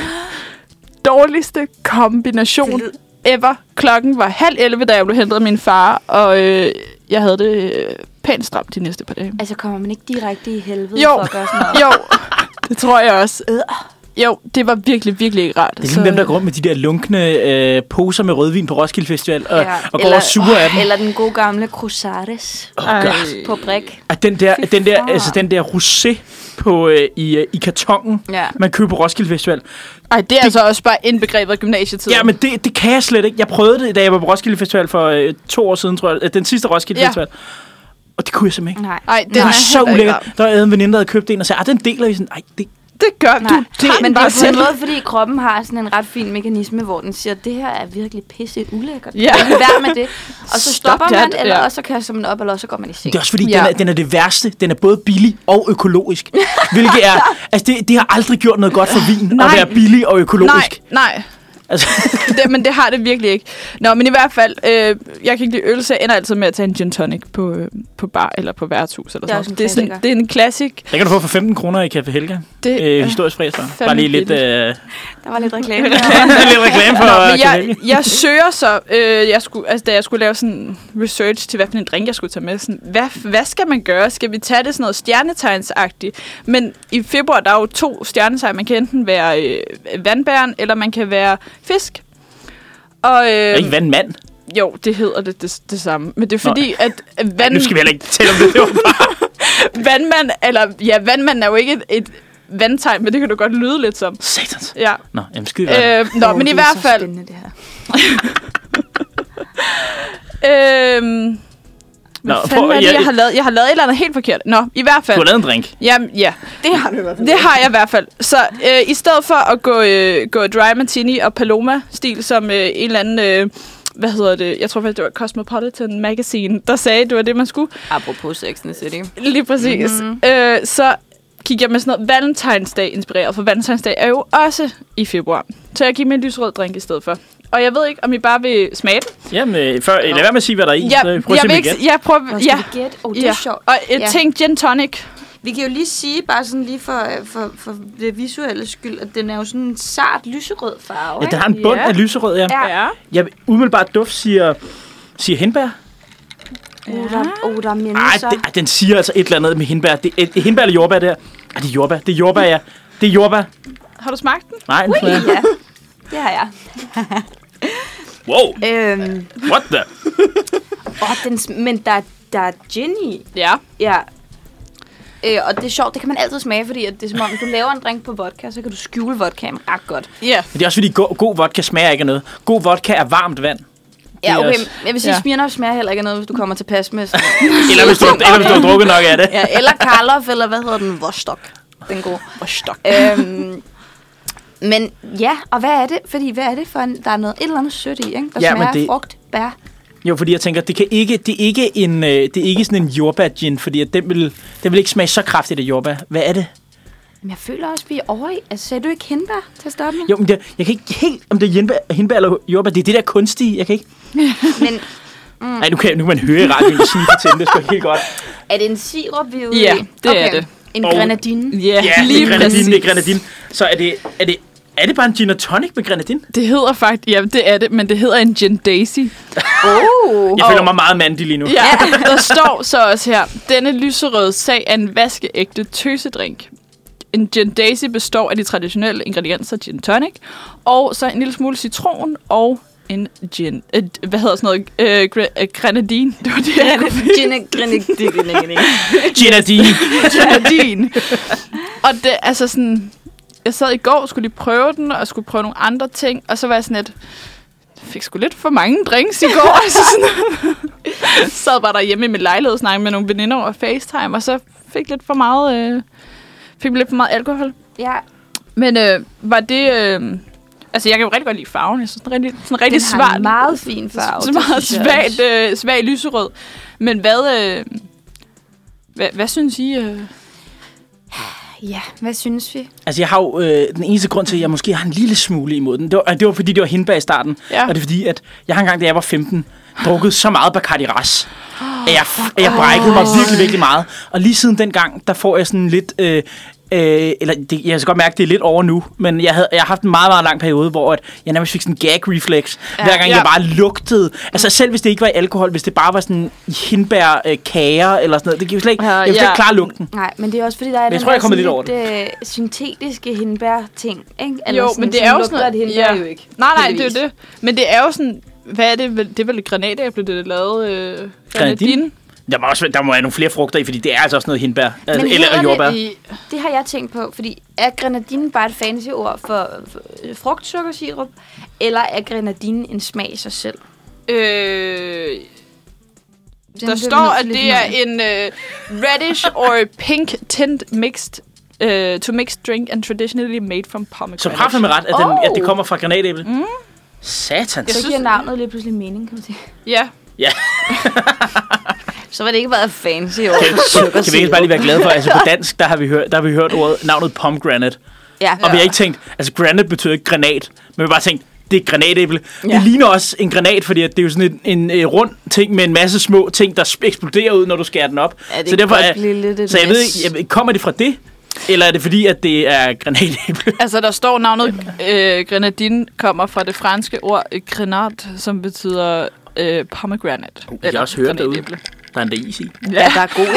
Dårligste kombination ever. Klokken var 10:30, da jeg blev hentet af min far, og jeg havde det pænt stramt de næste par dage. Altså kommer man ikke direkte i helvede Jo. for at gøre sådan noget? Jo, det tror jeg også. Jo, det var virkelig, virkelig ikke rart. Det er ligesom dem, der går rundt med de der lunkne poser med rødvin på Roskilde Festival, og går og suger af dem. Eller den gode gamle Cruzares på brik. Og den der rosé på, i kartongen, man køber på Roskilde Festival. Ej, det er altså også bare indbegrebet af gymnasietiden. Ja, men det kan jeg slet ikke. Jeg prøvede det, da jeg var på Roskilde Festival for 2 år siden, tror jeg. Den sidste Roskilde Festival. Og det kunne jeg simpelthen ikke. Nej, det var så ulækkert. Der var en veninde, der havde købt en og sagde, den deler vi sådan. Ej, det gør du. Men det er på en måde, fordi kroppen har sådan en ret fin mekanisme, hvor den siger, det her er virkelig pisse ulækkert. Ja. Vær med det. Og så stopper man, eller også så kaster man op, eller også så går man i seng. Det er også fordi, den er det værste. Den er både billig og økologisk. Hvilket er... Altså, det har aldrig gjort noget godt for vin at være billig og økologisk. Nej. Altså. Men det har det virkelig ikke. Nå, men i hvert fald, jeg kan ikke lide øl, så jeg ender altid med at tage en gin tonic på bar eller på værtshus. Eller sådan. Det er en klassik. Det kan du få for 15 kroner i Café Helga. Historisk fredag. Bare lige lidt... Der var lidt reklame. Lidt reklame for Café Helga. Jeg søger så, da jeg skulle lave sådan research til, hvad for en drink jeg skulle tage med. Sådan, hvad skal man gøre? Skal vi tage det sådan noget stjernetegnsagtigt? Men i februar, der er jo 2 stjernetegn. Man kan enten være vandbæren, eller man kan være fisk. Og, ikke vandmand? Jo, det hedder det samme. Men det er fordi, at nu skal vi heller ikke tælle om det. Det var bare... vandmand er jo ikke et vandtegn, men det kan du godt lyde lidt som. Satans. Ja. Nå, jamen skide godt. Men i hvert fald... Det her. Hvad fanden er det, jeg har lavet? Jeg har lavet et eller andet helt forkert. Nå, i hvert fald... Du har lavet en drink? Jamen, ja. Det har du i hvert fald. Det har jeg i hvert fald. Så i stedet for at gå dry martini og Paloma-stil som en eller anden... hvad hedder det? Jeg tror faktisk, det var Cosmopolitan Magazine, der sagde, det var det, man skulle. Apropos Sex and the City. Lige præcis. Så gik jeg med sådan noget Valentinsdag inspireret, for Valentinsdag er jo også i februar. Så jeg gik med en lysrød drink i stedet for. Og jeg ved ikke, om I bare vil smage den. Jamen, lad være med at sige, hvad der er i. Ja, jeg vil ikke... Jeg prøver... Det er sjovt. Og jeg tænkte gin tonic. Vi kan jo lige sige, bare sådan lige for det visuelle skyld, at den er jo sådan en sart lyserød farve. Ja, den har en bund af lyserød, ja. Jeg umiddelbart duft siger hindbær. Der er mindelser. Ej, den siger altså et eller andet med hindbær. Det er hindbær eller jordbær der? Det er jordbær. Det er jordbær, ja. Det er jordbær. Har du smagt den? Nej, den ja. Det har jeg. Wow. What the? Men der er gin i. Ja. Ja. Og det er sjovt, det kan man altid smage, fordi at det er som om, hvis du laver en drink på vodka, så kan du skjule vodkaen ret godt. Ja. Yeah. Men det er også fordi, god vodka smager ikke af noget. God vodka er varmt vand. Ja, okay. Jeg vil sige, Smirnoff smager heller ikke af noget, hvis du kommer til pas med sådan. eller hvis du har drukket nok af det. Ja, eller Karloff, eller hvad hedder den? Vostok. Den gode. Vostok. Men ja, og hvad er det? Fordi hvad er det for en... Der er noget et eller andet sødt i, ikke? Der smager frugt, bær. Jo, fordi jeg tænker, det er ikke sådan en jordbær gin, fordi at den vil ikke smage så kraftigt af jordbær. Hvad er det? Men jeg føler også, vi er over i... Altså, sagde du ikke hindbær til at starte med? Jo, men jeg kan ikke helt... Om det er hindbær eller jordbær, det er det der kunstige, jeg kan ikke... Men... Nej, nu kan man høre i radioen, at sige til det skal helt godt. Er det en sirup, vi er ude i? Ja, det er det. En grenadine? Ja, lige præcis. Det er grenadine. Så er det bare en gin og tonic med grenadine? Det hedder faktisk... Ja, det er det, men det hedder en gin daisy. Jeg føler mig meget mandig lige nu. Ja, der står så også her. Denne lyserøde sag er en vaskeægte tøsedrink. En gin daisy består af de traditionelle ingredienser gin tonic, og så en lille smule citron og en gin... hvad hedder sådan noget? Grenadine. Det var det, Grenadine. Og det altså sådan... Jeg sad i går og skulle lige prøve den, og skulle prøve nogle andre ting, og så var jeg sådan lidt... fik sgu lidt for mange drinks i går. Altså sådan. Sad bare derhjemme i min lejlighed og snakkede med nogle veninder over FaceTime, og så fik lidt for meget alkohol. Ja. Men var det... altså, jeg kan jo rigtig godt lide farven. Jeg synes, den er rigtig svart. Den har en meget fin farve. Så meget svag lyserød. Men hvad synes I... Ja, hvad synes vi? Altså, jeg har jo den eneste grund til, at jeg måske har en lille smule imod den. Det var fordi, det var hindbær i starten. Ja. Og det er fordi, at jeg har engang, da jeg var 15, drukket så meget Bacardi Ras, at jeg brækkede mig virkelig, virkelig meget. Og lige siden den gang, der får jeg sådan lidt... jeg kan godt mærke, at det er lidt over nu, men jeg har haft en meget, meget lang periode, hvor jeg nærmest fik sådan en gag reflex, hver gang jeg bare lugtede. Altså selv hvis det ikke var alkohol, hvis det bare var sådan hindbær kager eller sådan noget, det giver slet ikke, jeg vil slet ikke klare lugten. Nej, men det er også fordi, der er lidt syntetiske hindbær-ting, ikke? Eller jo, sådan, men det er jo sådan noget, hindbær jo ikke. Nej, det er jo det. Men det er jo sådan, hvad er det? Det er vel et granatæble, det er lavet granadine. Der må være nogle flere frugter i, fordi det er altså også noget hindbær. Altså, eller jordbær. Det har jeg tænkt på, fordi er grenadine bare et fancy ord for frugtsukkersirup, eller er grenadine en smag i sig selv? Der står, at det er en reddish or pink tint mixed to mixed drink and traditionally made from pomegranate. Så prøv med ret, at det kommer fra granatæble. Satans. Det giver navnet lige pludselig mening, kan man sige. Ja. Ja. Så var det ikke været fancy ord. Kan vi ikke bare lige være glade for, altså på dansk, der har vi hørt navnet pomegranate. Ja. Og vi har ikke tænkt, altså granate betyder ikke granat, men vi har bare tænkt, det er granatæble. Ja. Det ligner også en granat, fordi det er jo sådan en rund ting med en masse små ting, der eksploderer ud, når du skærer den op. Ja, så derfor så jeg ved ikke, kommer det fra det? Eller er det fordi, at det er granatæble? Altså, der står navnet grenadine kommer fra det franske ord grenat, som betyder pomegranate. Jeg har også hørt derude. Der er en is i. Ja, der er gode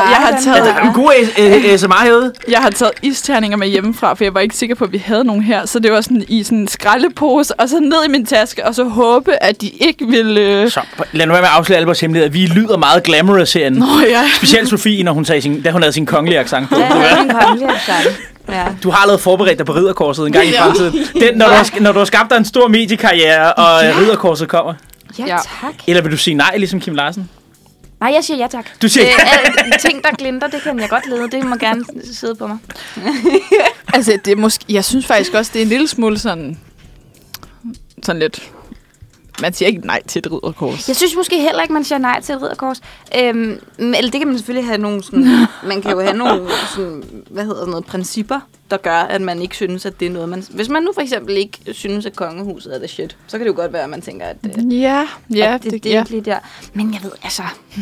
ASMR herude. Jeg har taget isterninger med hjemmefra, for jeg var ikke sikker på, at vi havde nogen her. Så det var sådan i sådan en skraldepose, og så ned i min taske, og så håbe, at de ikke ville... Så lad nu være med at afsløre alle vores hemmeligheder. Vi lyder meget glamorous herinde. Specielt Sofie, når hun havde sin kongelige accent på. Ja, hun havde sin kongelige accent. Ja. Du har allerede forberedt dig på ridderkorset en gang i fremtiden. Når du har skabt dig en stor mediekarriere, og ridderkorset kommer. Ja, tak. Eller vil du sige nej, ligesom Kim Larsen? Nej, jeg siger ja tak. Du siger ting, der glinter, det kan jeg godt lede. Det må gerne sidde på mig. Altså, det er måske... Jeg synes faktisk også, det er en lille smule sådan lidt... Man siger ikke nej til et ridderkors. Jeg synes måske heller ikke, man siger nej til et ridderkors. Eller det kan man selvfølgelig have nogle sådan... Man kan jo have nogle sådan, principper, der gør, at man ikke synes, at det er noget, man... Hvis man nu for eksempel ikke synes, at kongehuset er det shit, så kan det jo godt være, at man tænker, at det er ikke lige der. Men jeg ved, altså...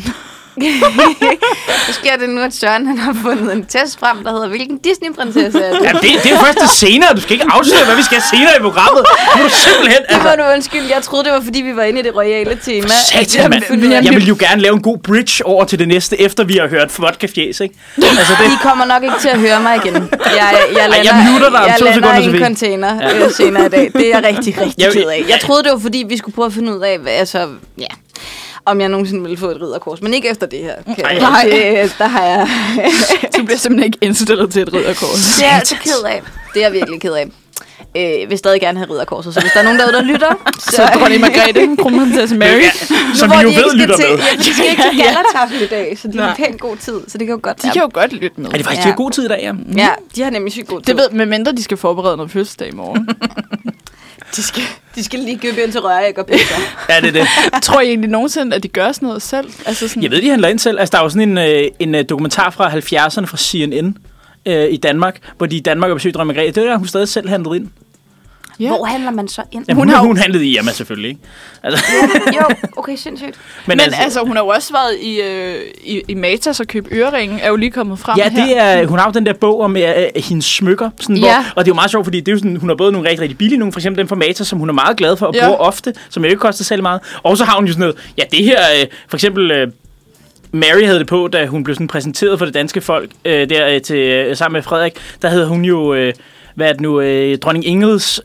Så sker det nu, at Søren han har fundet en test frem, der hedder, hvilken Disney-prinsesse er det? Ja, det er jo først senere. Du skal ikke afsløre, hvad vi skal senere i programmet. Nu er du simpelthen... Det var du undskyld. Jeg troede, det var, fordi vi var inde i det royale tema. Satan, mand. Jeg vil jo gerne lave en god bridge over til det næste, efter vi har hørt vodka-fjæs, ikke? Altså, I kommer nok ikke til at høre mig igen. Jeg muter dig om 2 sekunder, i en container senere i dag. Det er jeg rigtig, rigtig ked af. Jeg troede, det var, fordi vi skulle prøve at finde ud af, om jeg nogensinde ville få et ridderkors. Men ikke efter det her. Der har jeg... Du bliver simpelthen ikke indstillet til et ridderkors. Det er jeg så ked af. Det er jeg virkelig ked af. Jeg vil stadig gerne have ridderkorset, så hvis der er nogen derude, der lytter... Så dronning Margrethe, kronprinsesse Mary. Ja, som vi jo ved lytter med. Ja, de skal ikke til gallertafel i dag, så de har pænt god tid. Så det kan jo godt De kan jo godt lytte med. Er det faktisk, de har god tid i dag, ja? Ja, de har nemlig sygt god tid. Det ved, medmindre de skal forberede noget fødselsdag i morgen. De skal lige købe ind til røræg og pizza. Ja, det er det. Tror I egentlig nogensinde, at de gør sådan noget selv? Altså sådan... Jeg ved, de handler ind selv. Altså, der er jo sådan en dokumentar fra 70'erne fra CNN i Danmark, hvor de i Danmark har besøgt dronning Margrethe. Det er der, hun stadig selv handlet ind. Ja. Hvor handler man så ind? Jamen, hun handlede i Irma selvfølgelig, ikke? Altså. Jo, okay, sindssygt. Men altså, hun har jo også været i Matas og købt øreringe, er jo lige kommet frem her. Ja, det er, hun har jo den der bog om hendes smykker, sådan, og det er jo meget sjovt, fordi det er jo sådan, hun har både nogle rigtig, rigtig billige, nogle for eksempel den fra Matas, som hun er meget glad for og bruger ofte, som jo ikke koster særlig meget. Og så har hun jo sådan noget, det her, for eksempel... Mary havde det på, da hun blev sådan præsenteret for det danske folk sammen med Frederik. Der havde hun jo... dronning Ingrids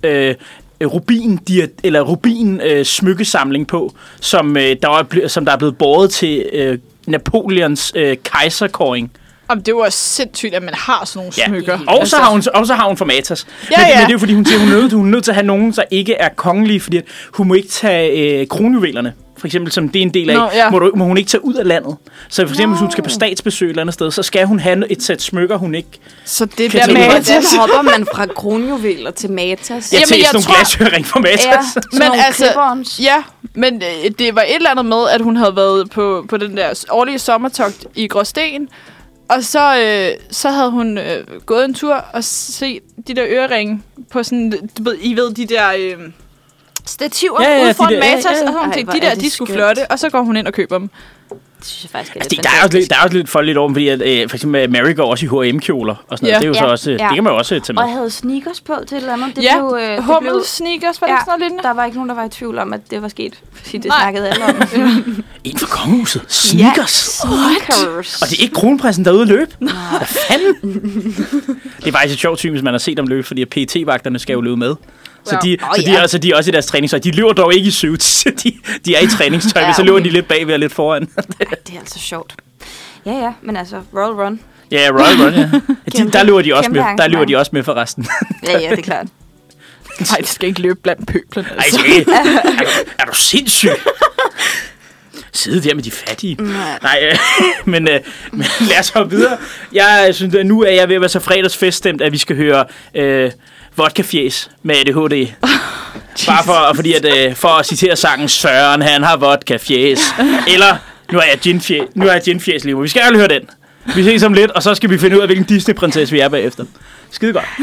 rubin smykkesamling på, som der er blevet båret til Napoleons kejserkåring. Jamen, det var sindssygt, at man har sådan nogle smykker. Og så har hun for Matas. Ja. Men det er jo fordi, hun siger, hun er nødt til at have nogen, der ikke er kongelige, fordi hun må ikke tage kronjuvelerne. For eksempel, som det er en del af, må hun ikke tage ud af landet. Så for eksempel, hvis hun skal på statsbesøg et eller andet sted, så skal hun have et sæt smykker, hun ikke så det kan der tage ud. Hvordan hopper man fra kronjuveler til Matas? Jeg tænker sådan nogle glasøring fra Matas. Ja, men det var et eller andet med, at hun havde været på den der årlige sommertogt i Gråsten, og så havde hun gået en tur og set de der øreringe på sådan, I ved, de der stativer ude foran Matas, og så hun tænkte, de der, de skulle flotte, og så går hun ind og køber dem. Det synes jeg faktisk er altså, der er jo lidt foldeligt over, fordi at, for eksempel Mary går også i H&M-kjoler og sådan noget. Det er jo så også, det kan man jo også tage med. Og jeg havde sneakers på til et eller andet. Det Hummel sneakers, var det sådan noget lignende? Der var ikke nogen, der var i tvivl om, at det var sket. Fordi det snakkede alle om. En fra kongehuset. Sneakers. Ja, sneakers. Og det er ikke kronprinsen, der er ude at løbe. Hvad fanden? Det er faktisk et sjovt syn, hvis man har set dem løbe, fordi PET-vagterne skal jo løbe med. Så de er også i deres træningstøj. De løber dog ikke i suits. De er i træningstøj, så løber de lidt bagved og lidt foran. Ej, det er altså sjovt. Ja, men altså, Royal Run. Ja, Royal Run, ja. Der løber de også med. Der løber de også med for resten. Ja, det er klart. Nej, det skal ikke løbe blandt pøblen. Altså. Er du sindssyg? Sidde der med de fattige. Nej, men lad os hoppe videre. Jeg synes, at nu er jeg ved at være så fredagsfeststemt, at vi skal høre vodkafjæs med ADHD. Bare for at citere sangen Søren, han har vodkafjæs. Eller, nu er jeg ginfjæs lige nu. Vi skal aldrig høre den. Vi ses om lidt, og så skal vi finde ud af, hvilken Disney-prinsesse vi er bagefter. Skide godt.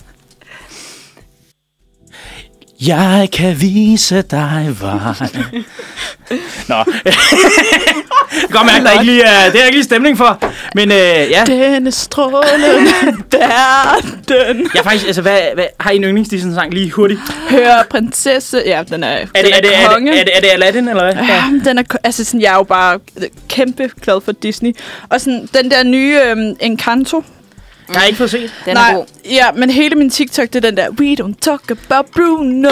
Jeg kan vise dig vej. Nå. Godt mærke, det er ikke lige stemning for. Men ja. Denne strålende verden. Jeg faktisk, altså, hvad har I en yndlings-Disney-sang lige hurtigt? Hør prinsesse. Ja, den er konge. Er det Aladdin, eller hvad? Ja, den er, altså sådan, jeg er jo bare kæmpe glad for Disney. Og sådan, den der nye Encanto. Jeg har ikke fået set. Den er god. Ja, men hele min TikTok, det er den der, we don't talk about Bruno.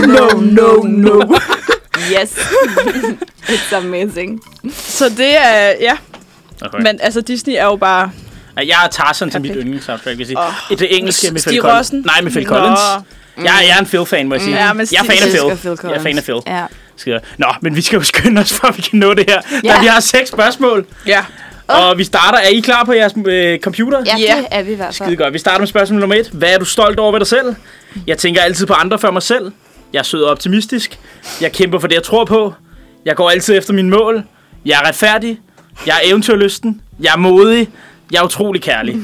No. Yes. It's amazing. Så det er, ja. Okay. Men altså, Disney er jo bare... Jeg har Tarzan til mit yndlingssoundtrack, vil jeg sige. Det engelske med Phil Collins. Nej, med Phil Collins. Jeg er en Phil-fan, må jeg sige. Ja, jeg er fan af Phil. Ja. Nå, men vi skal jo skynde os, for at vi kan nå det her. Ja. Vi har 6 spørgsmål. Ja. Og vi starter. Er I klar på jeres computer? Ja, det er vi i hvert fald. Skide godt. Vi starter med spørgsmål nummer 1. Hvad er du stolt over ved dig selv? Jeg tænker altid på andre før mig selv. Jeg er sød og optimistisk. Jeg kæmper for det, jeg tror på. Jeg går altid efter mine mål. Jeg er retfærdig. Jeg er eventyrlysten. Jeg er modig. Jeg er utrolig kærlig.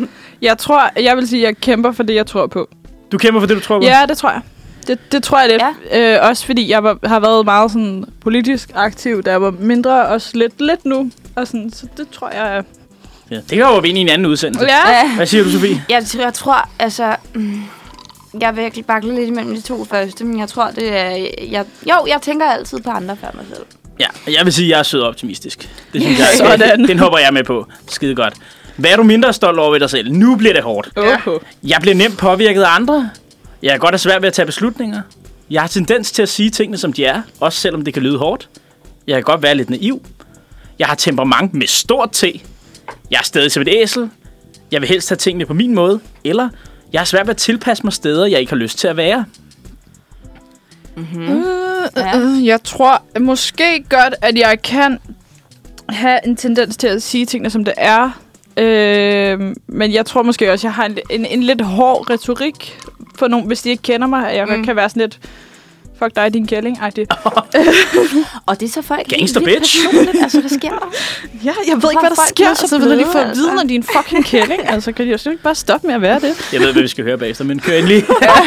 Jeg vil sige, at jeg kæmper for det, jeg tror på. Du kæmper for det, du tror på? Ja, det tror jeg. Det tror jeg lidt. Ja. Også fordi jeg har været meget sådan politisk aktiv, da jeg var mindre, også lidt nu. Og sådan, så det tror jeg... Ja, det kan jo være ind i en anden udsendelse. Ja. Hvad siger du, Sofie? Jeg tror, altså... Jeg vil bakle lidt imellem de 2 første, men jeg tror, det er... Jeg tænker altid på andre før mig selv. Ja, jeg vil sige, at jeg er sød og optimistisk. Det synes jeg. Sådan. Den hopper jeg med på. Skide godt. Hvad er du mindre stolt over ved dig selv? Nu bliver det hårdt. Jeg bliver nemt påvirket af andre. Jeg er godt have svært ved at tage beslutninger. Jeg har tendens til at sige tingene, som de er, også selvom det kan lyde hårdt. Jeg kan godt være lidt naiv. Jeg har temperament med stort T. Jeg er stadig som et æsel. Jeg vil helst have tingene på min måde. Eller jeg har svært ved at tilpasse mig steder, jeg ikke har lyst til at være. Jeg tror måske godt, at jeg kan have en tendens til at sige tingene, som det er. Men jeg tror måske også, at jeg har en lidt hård retorik for nogen, hvis de ikke kender mig. Jeg kan være sådan lidt... Fuck dig, din kælling. Ej, det. Og det er så folk... Gangster bitch. Altså, hvad sker der? Ja, jeg ved ikke, hvad der sker. Så vil de få at vide, når de er en fucking kælling. Altså, kan de jo ikke bare stoppe med at være det? Jeg ved, hvad vi skal høre bagefter, men kør endelig.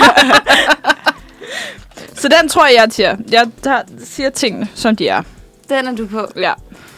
Så den tror jeg siger. Jeg siger tingene, som de er. Den er du på. Ja.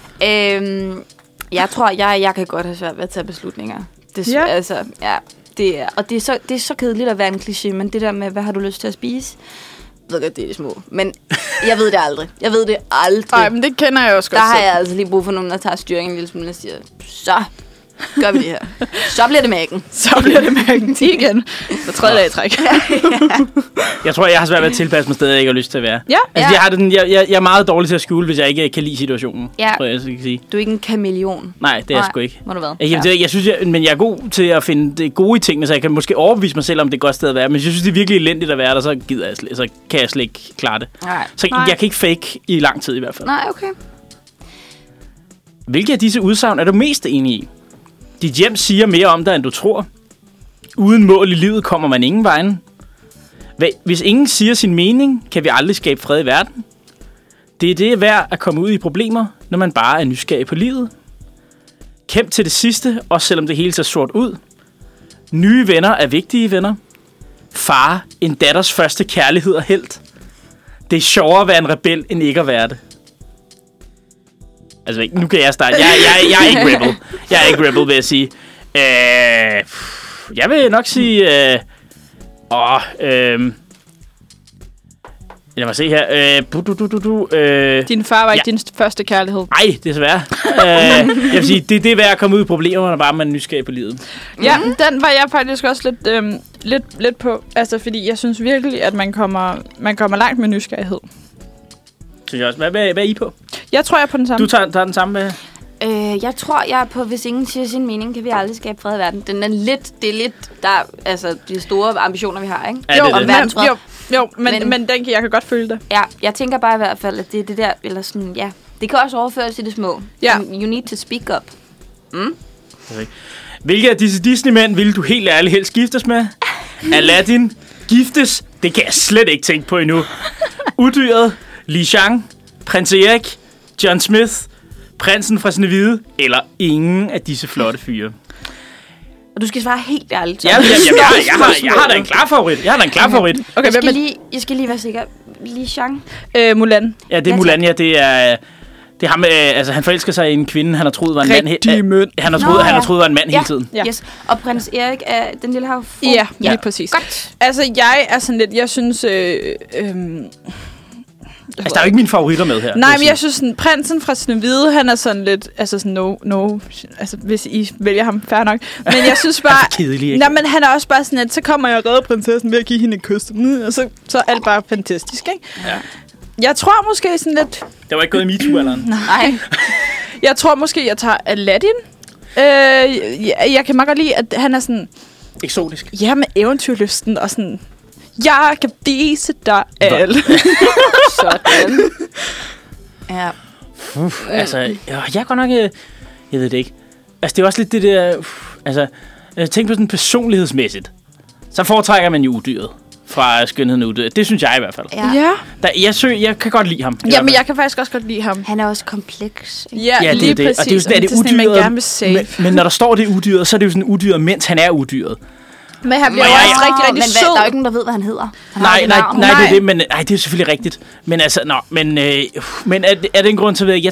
Jeg tror, jeg kan godt have svært ved at tage beslutninger. Altså, ja. Og det er så kedeligt at være en kliché, men det der med, hvad har du lyst til at spise? Jeg ved godt, det er det små. Men jeg ved det aldrig. Nej, men det kender jeg også godt. Der har jeg altså lige brug for nogen, der tager styringen en lille smule og siger, så gør vi det her. Så bliver det Mac'en. Så bliver det Mac'en igen. For tredje dag i træk. Jeg tror, jeg har svært ved at tilpasse mig steder, jeg ikke har lyst til at være. Ja. Altså, jeg er meget dårlig til at skjule, hvis jeg ikke kan lide situationen. Ja. Tror jeg skal sige. Du er ikke en kameleon. Nej, det er jeg sgu ikke. Må du være. Jeg synes, men jeg er god til at finde det gode i tingene, så jeg kan måske overbevise mig selv, om det er et godt sted at være. Men hvis jeg synes, det er virkelig elendigt at være der, så kan jeg slet ikke klare det. Nej. Så jeg kan ikke fake i lang tid i hvert fald. Nej, okay. Hvilke af disse udsagn er du mest enig i? Dit hjem siger mere om dig, end du tror. Uden mål i livet kommer man ingen vejen. Hvis ingen siger sin mening, kan vi aldrig skabe fred i verden. Det er værd at komme ud i problemer, når man bare er nysgerrig på livet. Kæmp til det sidste, også selvom det hele ser sort ud. Nye venner er vigtige venner. Far, en datters første kærlighed og helt. Det er sjovere at være en rebel, end ikke at være det. Altså, nu kan jeg starte. Jeg er ikke rebel. Jeg er ikke rebel, vil jeg sige. Jeg vil nok sige... lad mig se her. Din far var ikke din første kærlighed. Nej, desværre. Jeg vil sige, det er værd at komme ud i problemer, når bare man er nysgerrig på livet. Ja, den var jeg faktisk også lidt på. Altså, fordi jeg synes virkelig, at man kommer langt med nysgerrighed. Synes jeg også. Hvad er I på? Jeg tror, jeg er på den samme. Du tager den samme med... Jeg tror, jeg er på, hvis ingen siger sin mening, kan vi aldrig skabe fred i verden. Det er lidt, der, altså, de store ambitioner, vi har, ikke? Ja, jo, det. Men jeg kan godt føle det. Ja, jeg tænker bare i hvert fald, at det er det der, eller sådan, ja. Det kan også overføres til det små. Ja. You need to speak up. Hvilke af disse Disney-mænd ville du helt ærligt helst giftes med? Aladdin, giftes? Det kan jeg slet ikke tænke på endnu. Udyret, Li Shang, Prins Erik, John Smith, Prinsen fra Snehvide, eller ingen af disse flotte fyre. Og du skal svare helt ærligt. Jeg har da en klar favorit. Okay, jeg skal lige være sikker. Li Shang? Mulan. Ja, det er Mulan, ja. Det er ham, altså han forelsker sig i en kvinde, han har troet var en mand. Han har troet var en mand hele tiden. Ja. Yes. Og Prins Erik er den lille havfru. Ja, lige præcis. Godt. Altså, jeg er sådan lidt, jeg synes... Altså, der er jo ikke mine favoritter med her. Nej, men jeg synes, sådan, prinsen fra Snehvide, han er sådan lidt, altså sådan, altså hvis I vælger ham, fair nok. Men jeg synes bare... Han er for kedelig, ikke? Nej, men han er også bare sådan lidt, så kommer jeg og redder prinsessen ved at give hende et kys. Og så er alt bare fantastisk, ikke? Ja. Jeg tror måske sådan lidt... Det var ikke gået i MeToo-alderen. Nej. Jeg tror måske, jeg tager Aladdin. Jeg kan meget godt lide, at han er sådan... Eksotisk. Ja, med eventyrlysten og sådan... Jeg kan vise dig alt. Sådan. Ja. Altså, jeg er godt nok... Jeg ved det ikke. Altså, det er også lidt det der... Altså, tænk på sådan personlighedsmæssigt. Så foretrækker man jo udyret fra skønheden og udyret. Det synes jeg i hvert fald. Ja. Jeg kan godt lide ham. Ja, men jeg kan faktisk også godt lide ham. Han er også kompleks. Ja, lige præcis. Og det er jo sådan, at det sådan, man gerne vil save. Men når der står det udyret, så er det jo sådan udyret, mens han er udyret. Men han bliver også rigtig sød. Der er jo ikke nogen, der ved, hvad han hedder. Nej, det er det, men det er selvfølgelig rigtigt. Men altså, men er det en grund til, at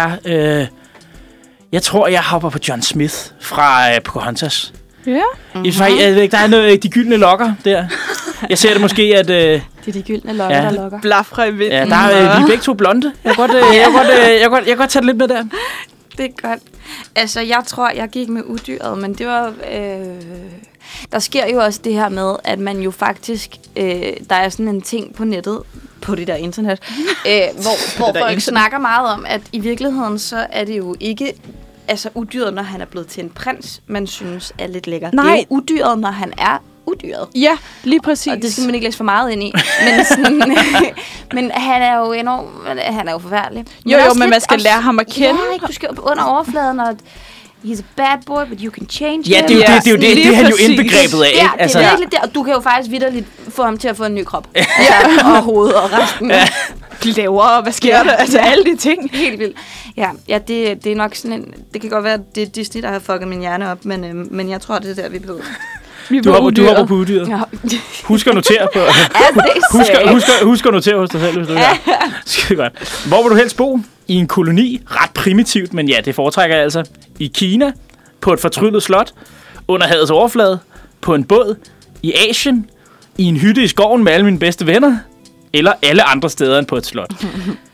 jeg tror, jeg hopper på John Smith fra Pocahontas. Ja. Jeg ved ikke, der er noget, de gyldne lokker der. Jeg ser det måske, at... Det er de gyldne lokker, der lokker. Blafre i vinden. Ja, der er vi er begge to blonde. Jeg kan godt tage det lidt med der. Det er godt. Altså, jeg tror, jeg gik med udyret, men det var... Der sker jo også det her med, at man jo faktisk... der er sådan en ting på nettet, på det der internet, hvor folk snakker meget om, at i virkeligheden, så er det jo ikke... Altså udyret, når han er blevet til en prins, man synes er lidt lækker. Nej. Det er jo udyret, når han er udyret. Ja, lige præcis. Og det skal man ikke læse for meget ind i. Men, sådan, men han er jo enormt... Han er jo forfærdelig. Jo, men man skal lære ham at kende. Ja, du skal under overfladen, og he's a bad boy, but you can change him. Ja, det er jo det er han jo indbegrebet af, ikke? Ja, det er virkelig det. Og du kan jo faktisk vitterligt få ham til at få en ny krop. Og hoved og resten. Laver, og hvad sker der? Altså alle de ting. Helt vildt. Ja, det er nok sådan en... Det kan godt være, at det er Disney, der har fucket min hjerne op, men jeg tror, det er der, vi blev... Du hopper på udyret. Ja. Husk at notere på... Husk at notere hos dig selv, hvis du er. Skide godt. Hvor vil du helst bo? I en koloni? Ret primitivt, men ja, det foretrækker jeg altså. I Kina? På et fortryllet slot? Under havets overflade? På en båd? I Asien? I en hytte i skoven med alle mine bedste venner? Eller alle andre steder end på et slot?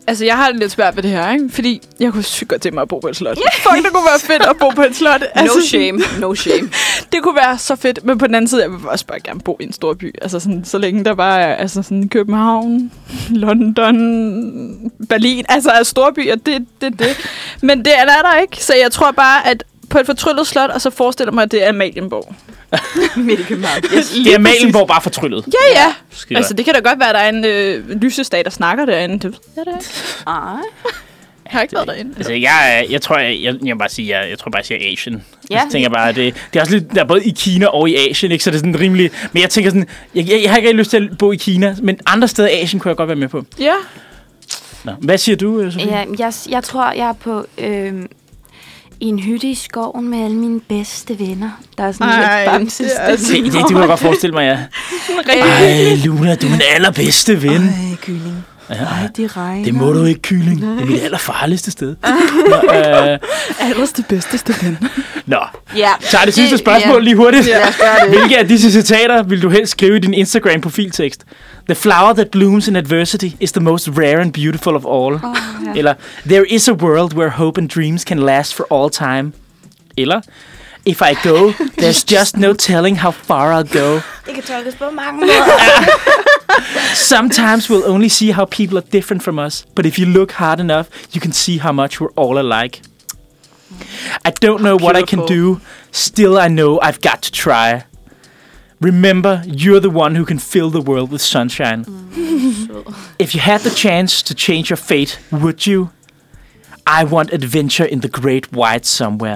Altså, jeg har det lidt svært ved det her, ikke? Fordi jeg kunne sygt godt til mig at bo på et slot. Fuck, det kunne være fedt at bo på et slot. Altså, No shame. Det kunne være så fedt, men på den anden side, jeg vil også bare gerne bo i en stor by. Altså, sådan, så længe der bare er sådan København, London, Berlin. Altså, storbyer, det. Men det er der ikke, så jeg tror bare, at på et fortryllet slot, og så forestiller mig, at det er Amalienborg. Midt i København. Det er Amalienborg bare fortryllet. Ja. Altså, det kan da godt være, at der er en lysestat, der snakker derinde. Det ved jeg ikke. Jeg har ikke været derinde. Altså, jeg tror bare sige, jeg siger Asien. Ja. Jeg tænker bare, det er også lidt, der er både i Kina og i Asien, ikke? Så det er sådan rimelig. Men jeg tænker sådan, jeg har ikke rigtig lyst til at bo i Kina, men andre steder i Asien kunne jeg godt være med på. Ja. Nå, hvad siger du, Sofie? Ja, jeg tror, jeg er på i en hytte i skoven med alle mine bedste venner. Der er sådan lidt bamsestemning. Det kunne jeg godt forestille mig, ja. Ej, Luna, du er min allerbedste ven. Ej, kylling. Ja. Ej, det regner. Det må du ikke, kylling. Det er mit allerfarligste sted. Allerste bedste ven. Nå, Ja. så er det sidste spørgsmål lige hurtigt. Ja, Hvilke af disse citater vil du helst skrive i din Instagram-profiltekst? The flower that blooms in adversity is the most rare and beautiful of all. Ja. Eller, there is a world where hope and dreams can last for all time. Eller, if I go, there's just no telling how far I'll go. Det kan tolkes på mange måder. Sometimes we'll only see how people are different from us, but if you look hard enough, you can see how much we're all alike. I don't know what I can do, still I know I've got to try. Remember, you're the one who can fill the world with sunshine. If you had the chance to change your fate, would you? I want adventure in the great white somewhere.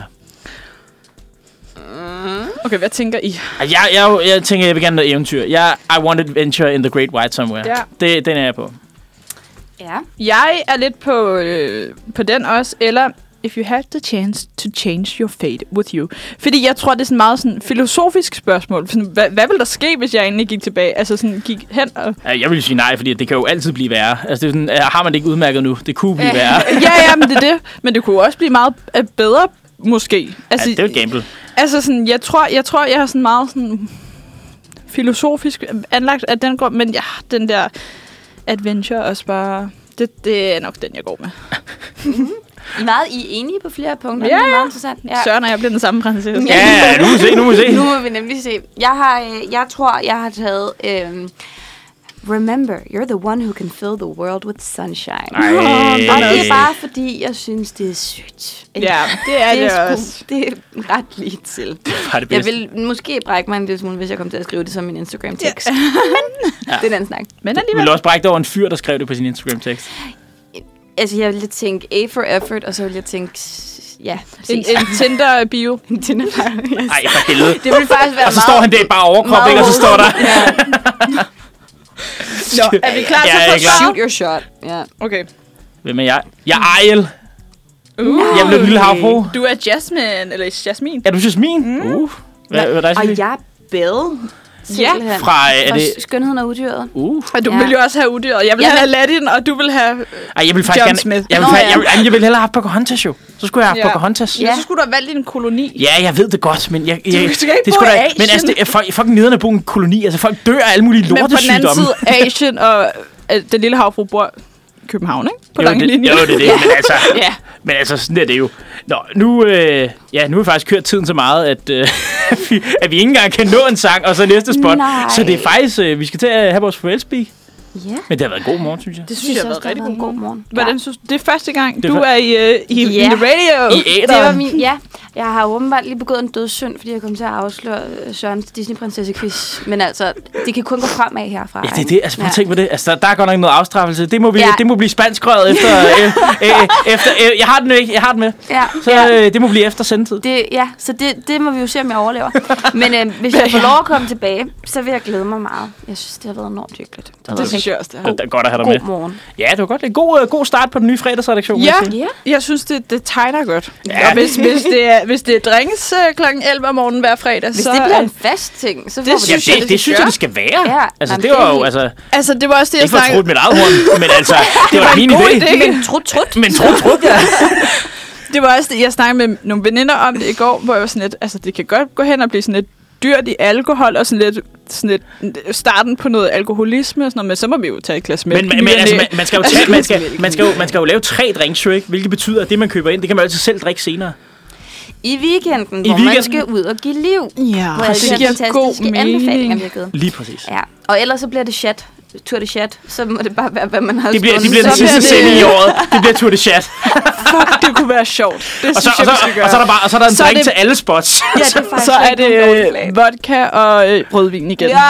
Okay, hvad tænker I? Jeg tænker, jeg vil gerne noget eventyr. I want adventure in the great white somewhere. Ja. Den er jeg på. Ja. Jeg er lidt på den også, eller if you had the chance to change your fate with you. Fordi jeg tror, det er sådan meget sådan filosofisk spørgsmål. Hvad vil der ske, hvis jeg egentlig gik tilbage? Altså sådan gik hen og... Jeg vil sige nej, fordi det kan jo altid blive værre. Altså, det er sådan, har man det ikke udmærket nu? Det kunne blive værre. Ja, men det er det. Men det kunne også blive meget bedre, måske. Altså, det er jo et gamble. Altså sådan, jeg tror, jeg har sådan meget sådan filosofisk anlagt af den grund, men ja, den der adventure også bare, det er nok den, jeg går med. I er meget enige på flere punkter. Ja, det er meget interessant. Ja. Søren og jeg bliver den samme prinsesse. Ja, nu må vi se. Nu må vi nemlig se. Jeg tror, jeg har taget... Remember, you're the one who can fill the world with sunshine. Ej. Og det er bare fordi, jeg synes, det er sygt. Ja, det er det også. Det er ret lige til. Jeg vil måske brække mig en lille smule, hvis jeg kom til at skrive det som min Instagram-tekst. Men det er en anden snak. Men Du ville også brække dig over en fyr, der skrev det på sin Instagram-tekst. Altså, jeg ville tænke A for effort, og så ville jeg tænke... Ja, en Tinder-bio. En Tinder-bio, yes. Ej, for helvede. Det ville faktisk være og så står han der bare overkrop, ikke? Og så står der... Nå, er vi klar til at shoot your shot? Ja. Okay. Hvem er jeg? Jeg er Ariel. Jeg blev den lille havfru. Du er Jasmine, eller Jasmine. Er du Jasmine? Hvad er dig, og jeg er Belle. Ja, fra Skønheden og udyret. Og du vil jo også have udyret. Jeg vil have Aladdin, og du vil have jeg vil faktisk John Smith. Jeg vil hellere have haft Pocahontas jo. Så skulle jeg have Pocahontas. Ja, så skulle du have valgt en koloni. Ja, jeg ved det godt, men det skulle da. Men altså, det er fucking nederne at bo i en koloni. Altså, folk dør af alle mulige lortesygdomme. Men på den anden side, Asien og den lille havfru bor i København, ikke? På lange linjer. Jo, det er det. Men altså, sådan er det jo. Nå, nu har vi faktisk kørt tiden så meget, at vi ikke engang kan nå en sang, og så næste spot. Nej. Så det er faktisk, vi skal til at have vores farvelspeak. Ja. Men det har været en god morgen, synes jeg. Det synes jeg har været rigtig god morgen. Hvordan synes du? Det er første gang, du er i the radio. I æderen. Det var min, jeg har åbenbart lige begået en dødssynd, fordi jeg kom til at afsløre Sørens Disney-prinsesse-quiz. Men altså, det kan kun gå fremad herfra. Ja, det er det. Altså, prøv at tænke på det. Altså, der er godt nok noget afstraffelse. Det må blive spanskrøret efter... jeg har den ikke. Jeg har den med. Ja. Så det må blive efter sendetid. Så det må vi jo se, om jeg overlever. Men hvis jeg får lov at komme tilbage, så vil jeg glæde mig meget. Jeg synes, det har været enormt hyggeligt. Det synes jeg også, det er godt at have dig med. God morgen. Ja, det var godt. En god start på den nye fredagsredaktion. Ja, jeg synes, det tegner godt. Ja. Og hvis det er drinks kl. 11 om morgenen hver fredag, hvis så... det bliver en fast ting, så får vi det. Ja, det synes jeg, det skal være. Ja, altså, det var jo... Altså, det var også det, jeg snakkede... Ikke for mit eget horn, men altså, det var min idé. Men trut. Men trut, ja. Det var også det, jeg snakkede med nogle veninder om det i går, hvor jeg var sådan lidt... Altså, det kan godt gå hen og blive sådan lidt dyrt i alkohol, og sådan lidt starten på noget alkoholisme og sådan noget, men så må vi jo tage et glas mælk. Men altså, man skal jo lave 3 drinks, ikke? Hvilket betyder, at det, man køber ind, det kan man altid selv drikke senere. I weekenden, hvor man skal ud og give liv. Ja, hvor det giver god mening. Lige præcis. Ja. Og ellers så bliver det chat. Tour de chat, så må det bare være, hvad man har det bliver den sidste sende i året. Det bliver Tour de chat. Fuck, det kunne være sjovt. Det synes jeg, vi skal gøre. Og så er der en drink til alle spots. Ja, det er faktisk så er det vodka og rødvin igen. Ja.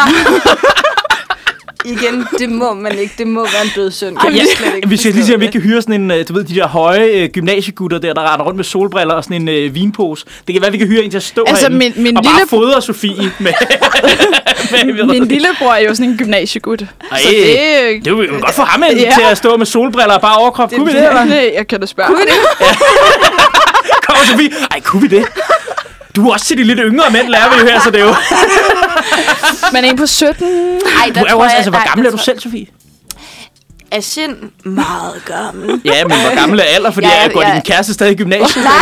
Igen, det må man ikke. Det må være en dødssynd. Vi skal lige se, om vi kan hyre sådan en, du ved, de der høje gymnasiegutter der render rundt med solbriller og sådan en vinpose. Det kan være, vi kan hyre en til at stå herinde og bare fodre Sofie med... Min lillebror er jo sådan en gymnasiegut. Så det er jo godt for ham til at stå med solbriller og bare overkrop. Kunne vi det, eller? Nej, jeg kan da spørge. Kunne vi det? Kommer Sofie. Ej, kunne vi det? Du er også til de lidt yngre mænd, lærer vi jo her, så det er jo... Men en på 17... Ej, du er jo også... Altså, hvor gammel er du selv, Sofie? Er sind meget gammel. Ja, men hvor gammel er alder? Fordi går din kæreste stadig i gymnasiet? Nej,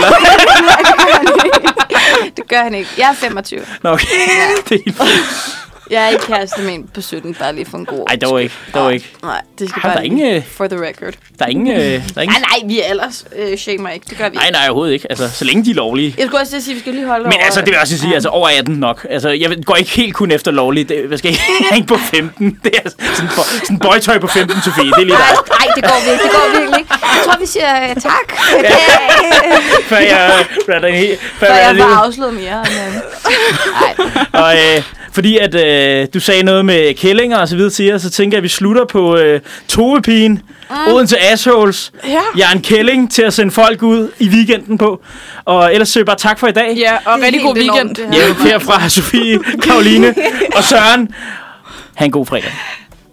det gør han ikke. Jeg er 25. Nå, okay. Det er helt jeg er ikke kæreste med en på 17, bare lige for en god... Ej, dog ikke. Nej, det skal bare lige for the record. Der er ingen... Nej, vi ellers shamer ikke. Det gør vi ikke. Nej, overhovedet ikke. Altså, så længe de er lovlige. Jeg skulle også sige, at vi skal lige holde men over... altså, det vil også sige, altså over 18 nok. Altså, jeg går ikke helt kun efter lovlige. Jeg skal ikke på 15. Det er sådan boytøj på 15, Sofie. Det er lige der. Nej, det går virkelig. Det går virkelig ikke. Jeg tror, vi siger tak. Før jeg var afslået mere. Nej. Og fordi at du sagde noget med kællinger og så videre til jer, så tænker jeg, at vi slutter på Tovepigen, Odense Assholes. Ja. Jeg er en kælling til at sende folk ud i weekenden på. Og ellers bare tak for i dag. Ja, og rigtig god weekend. Ja, herfra Sofie, Karoline og Søren. Ha' en god fredag.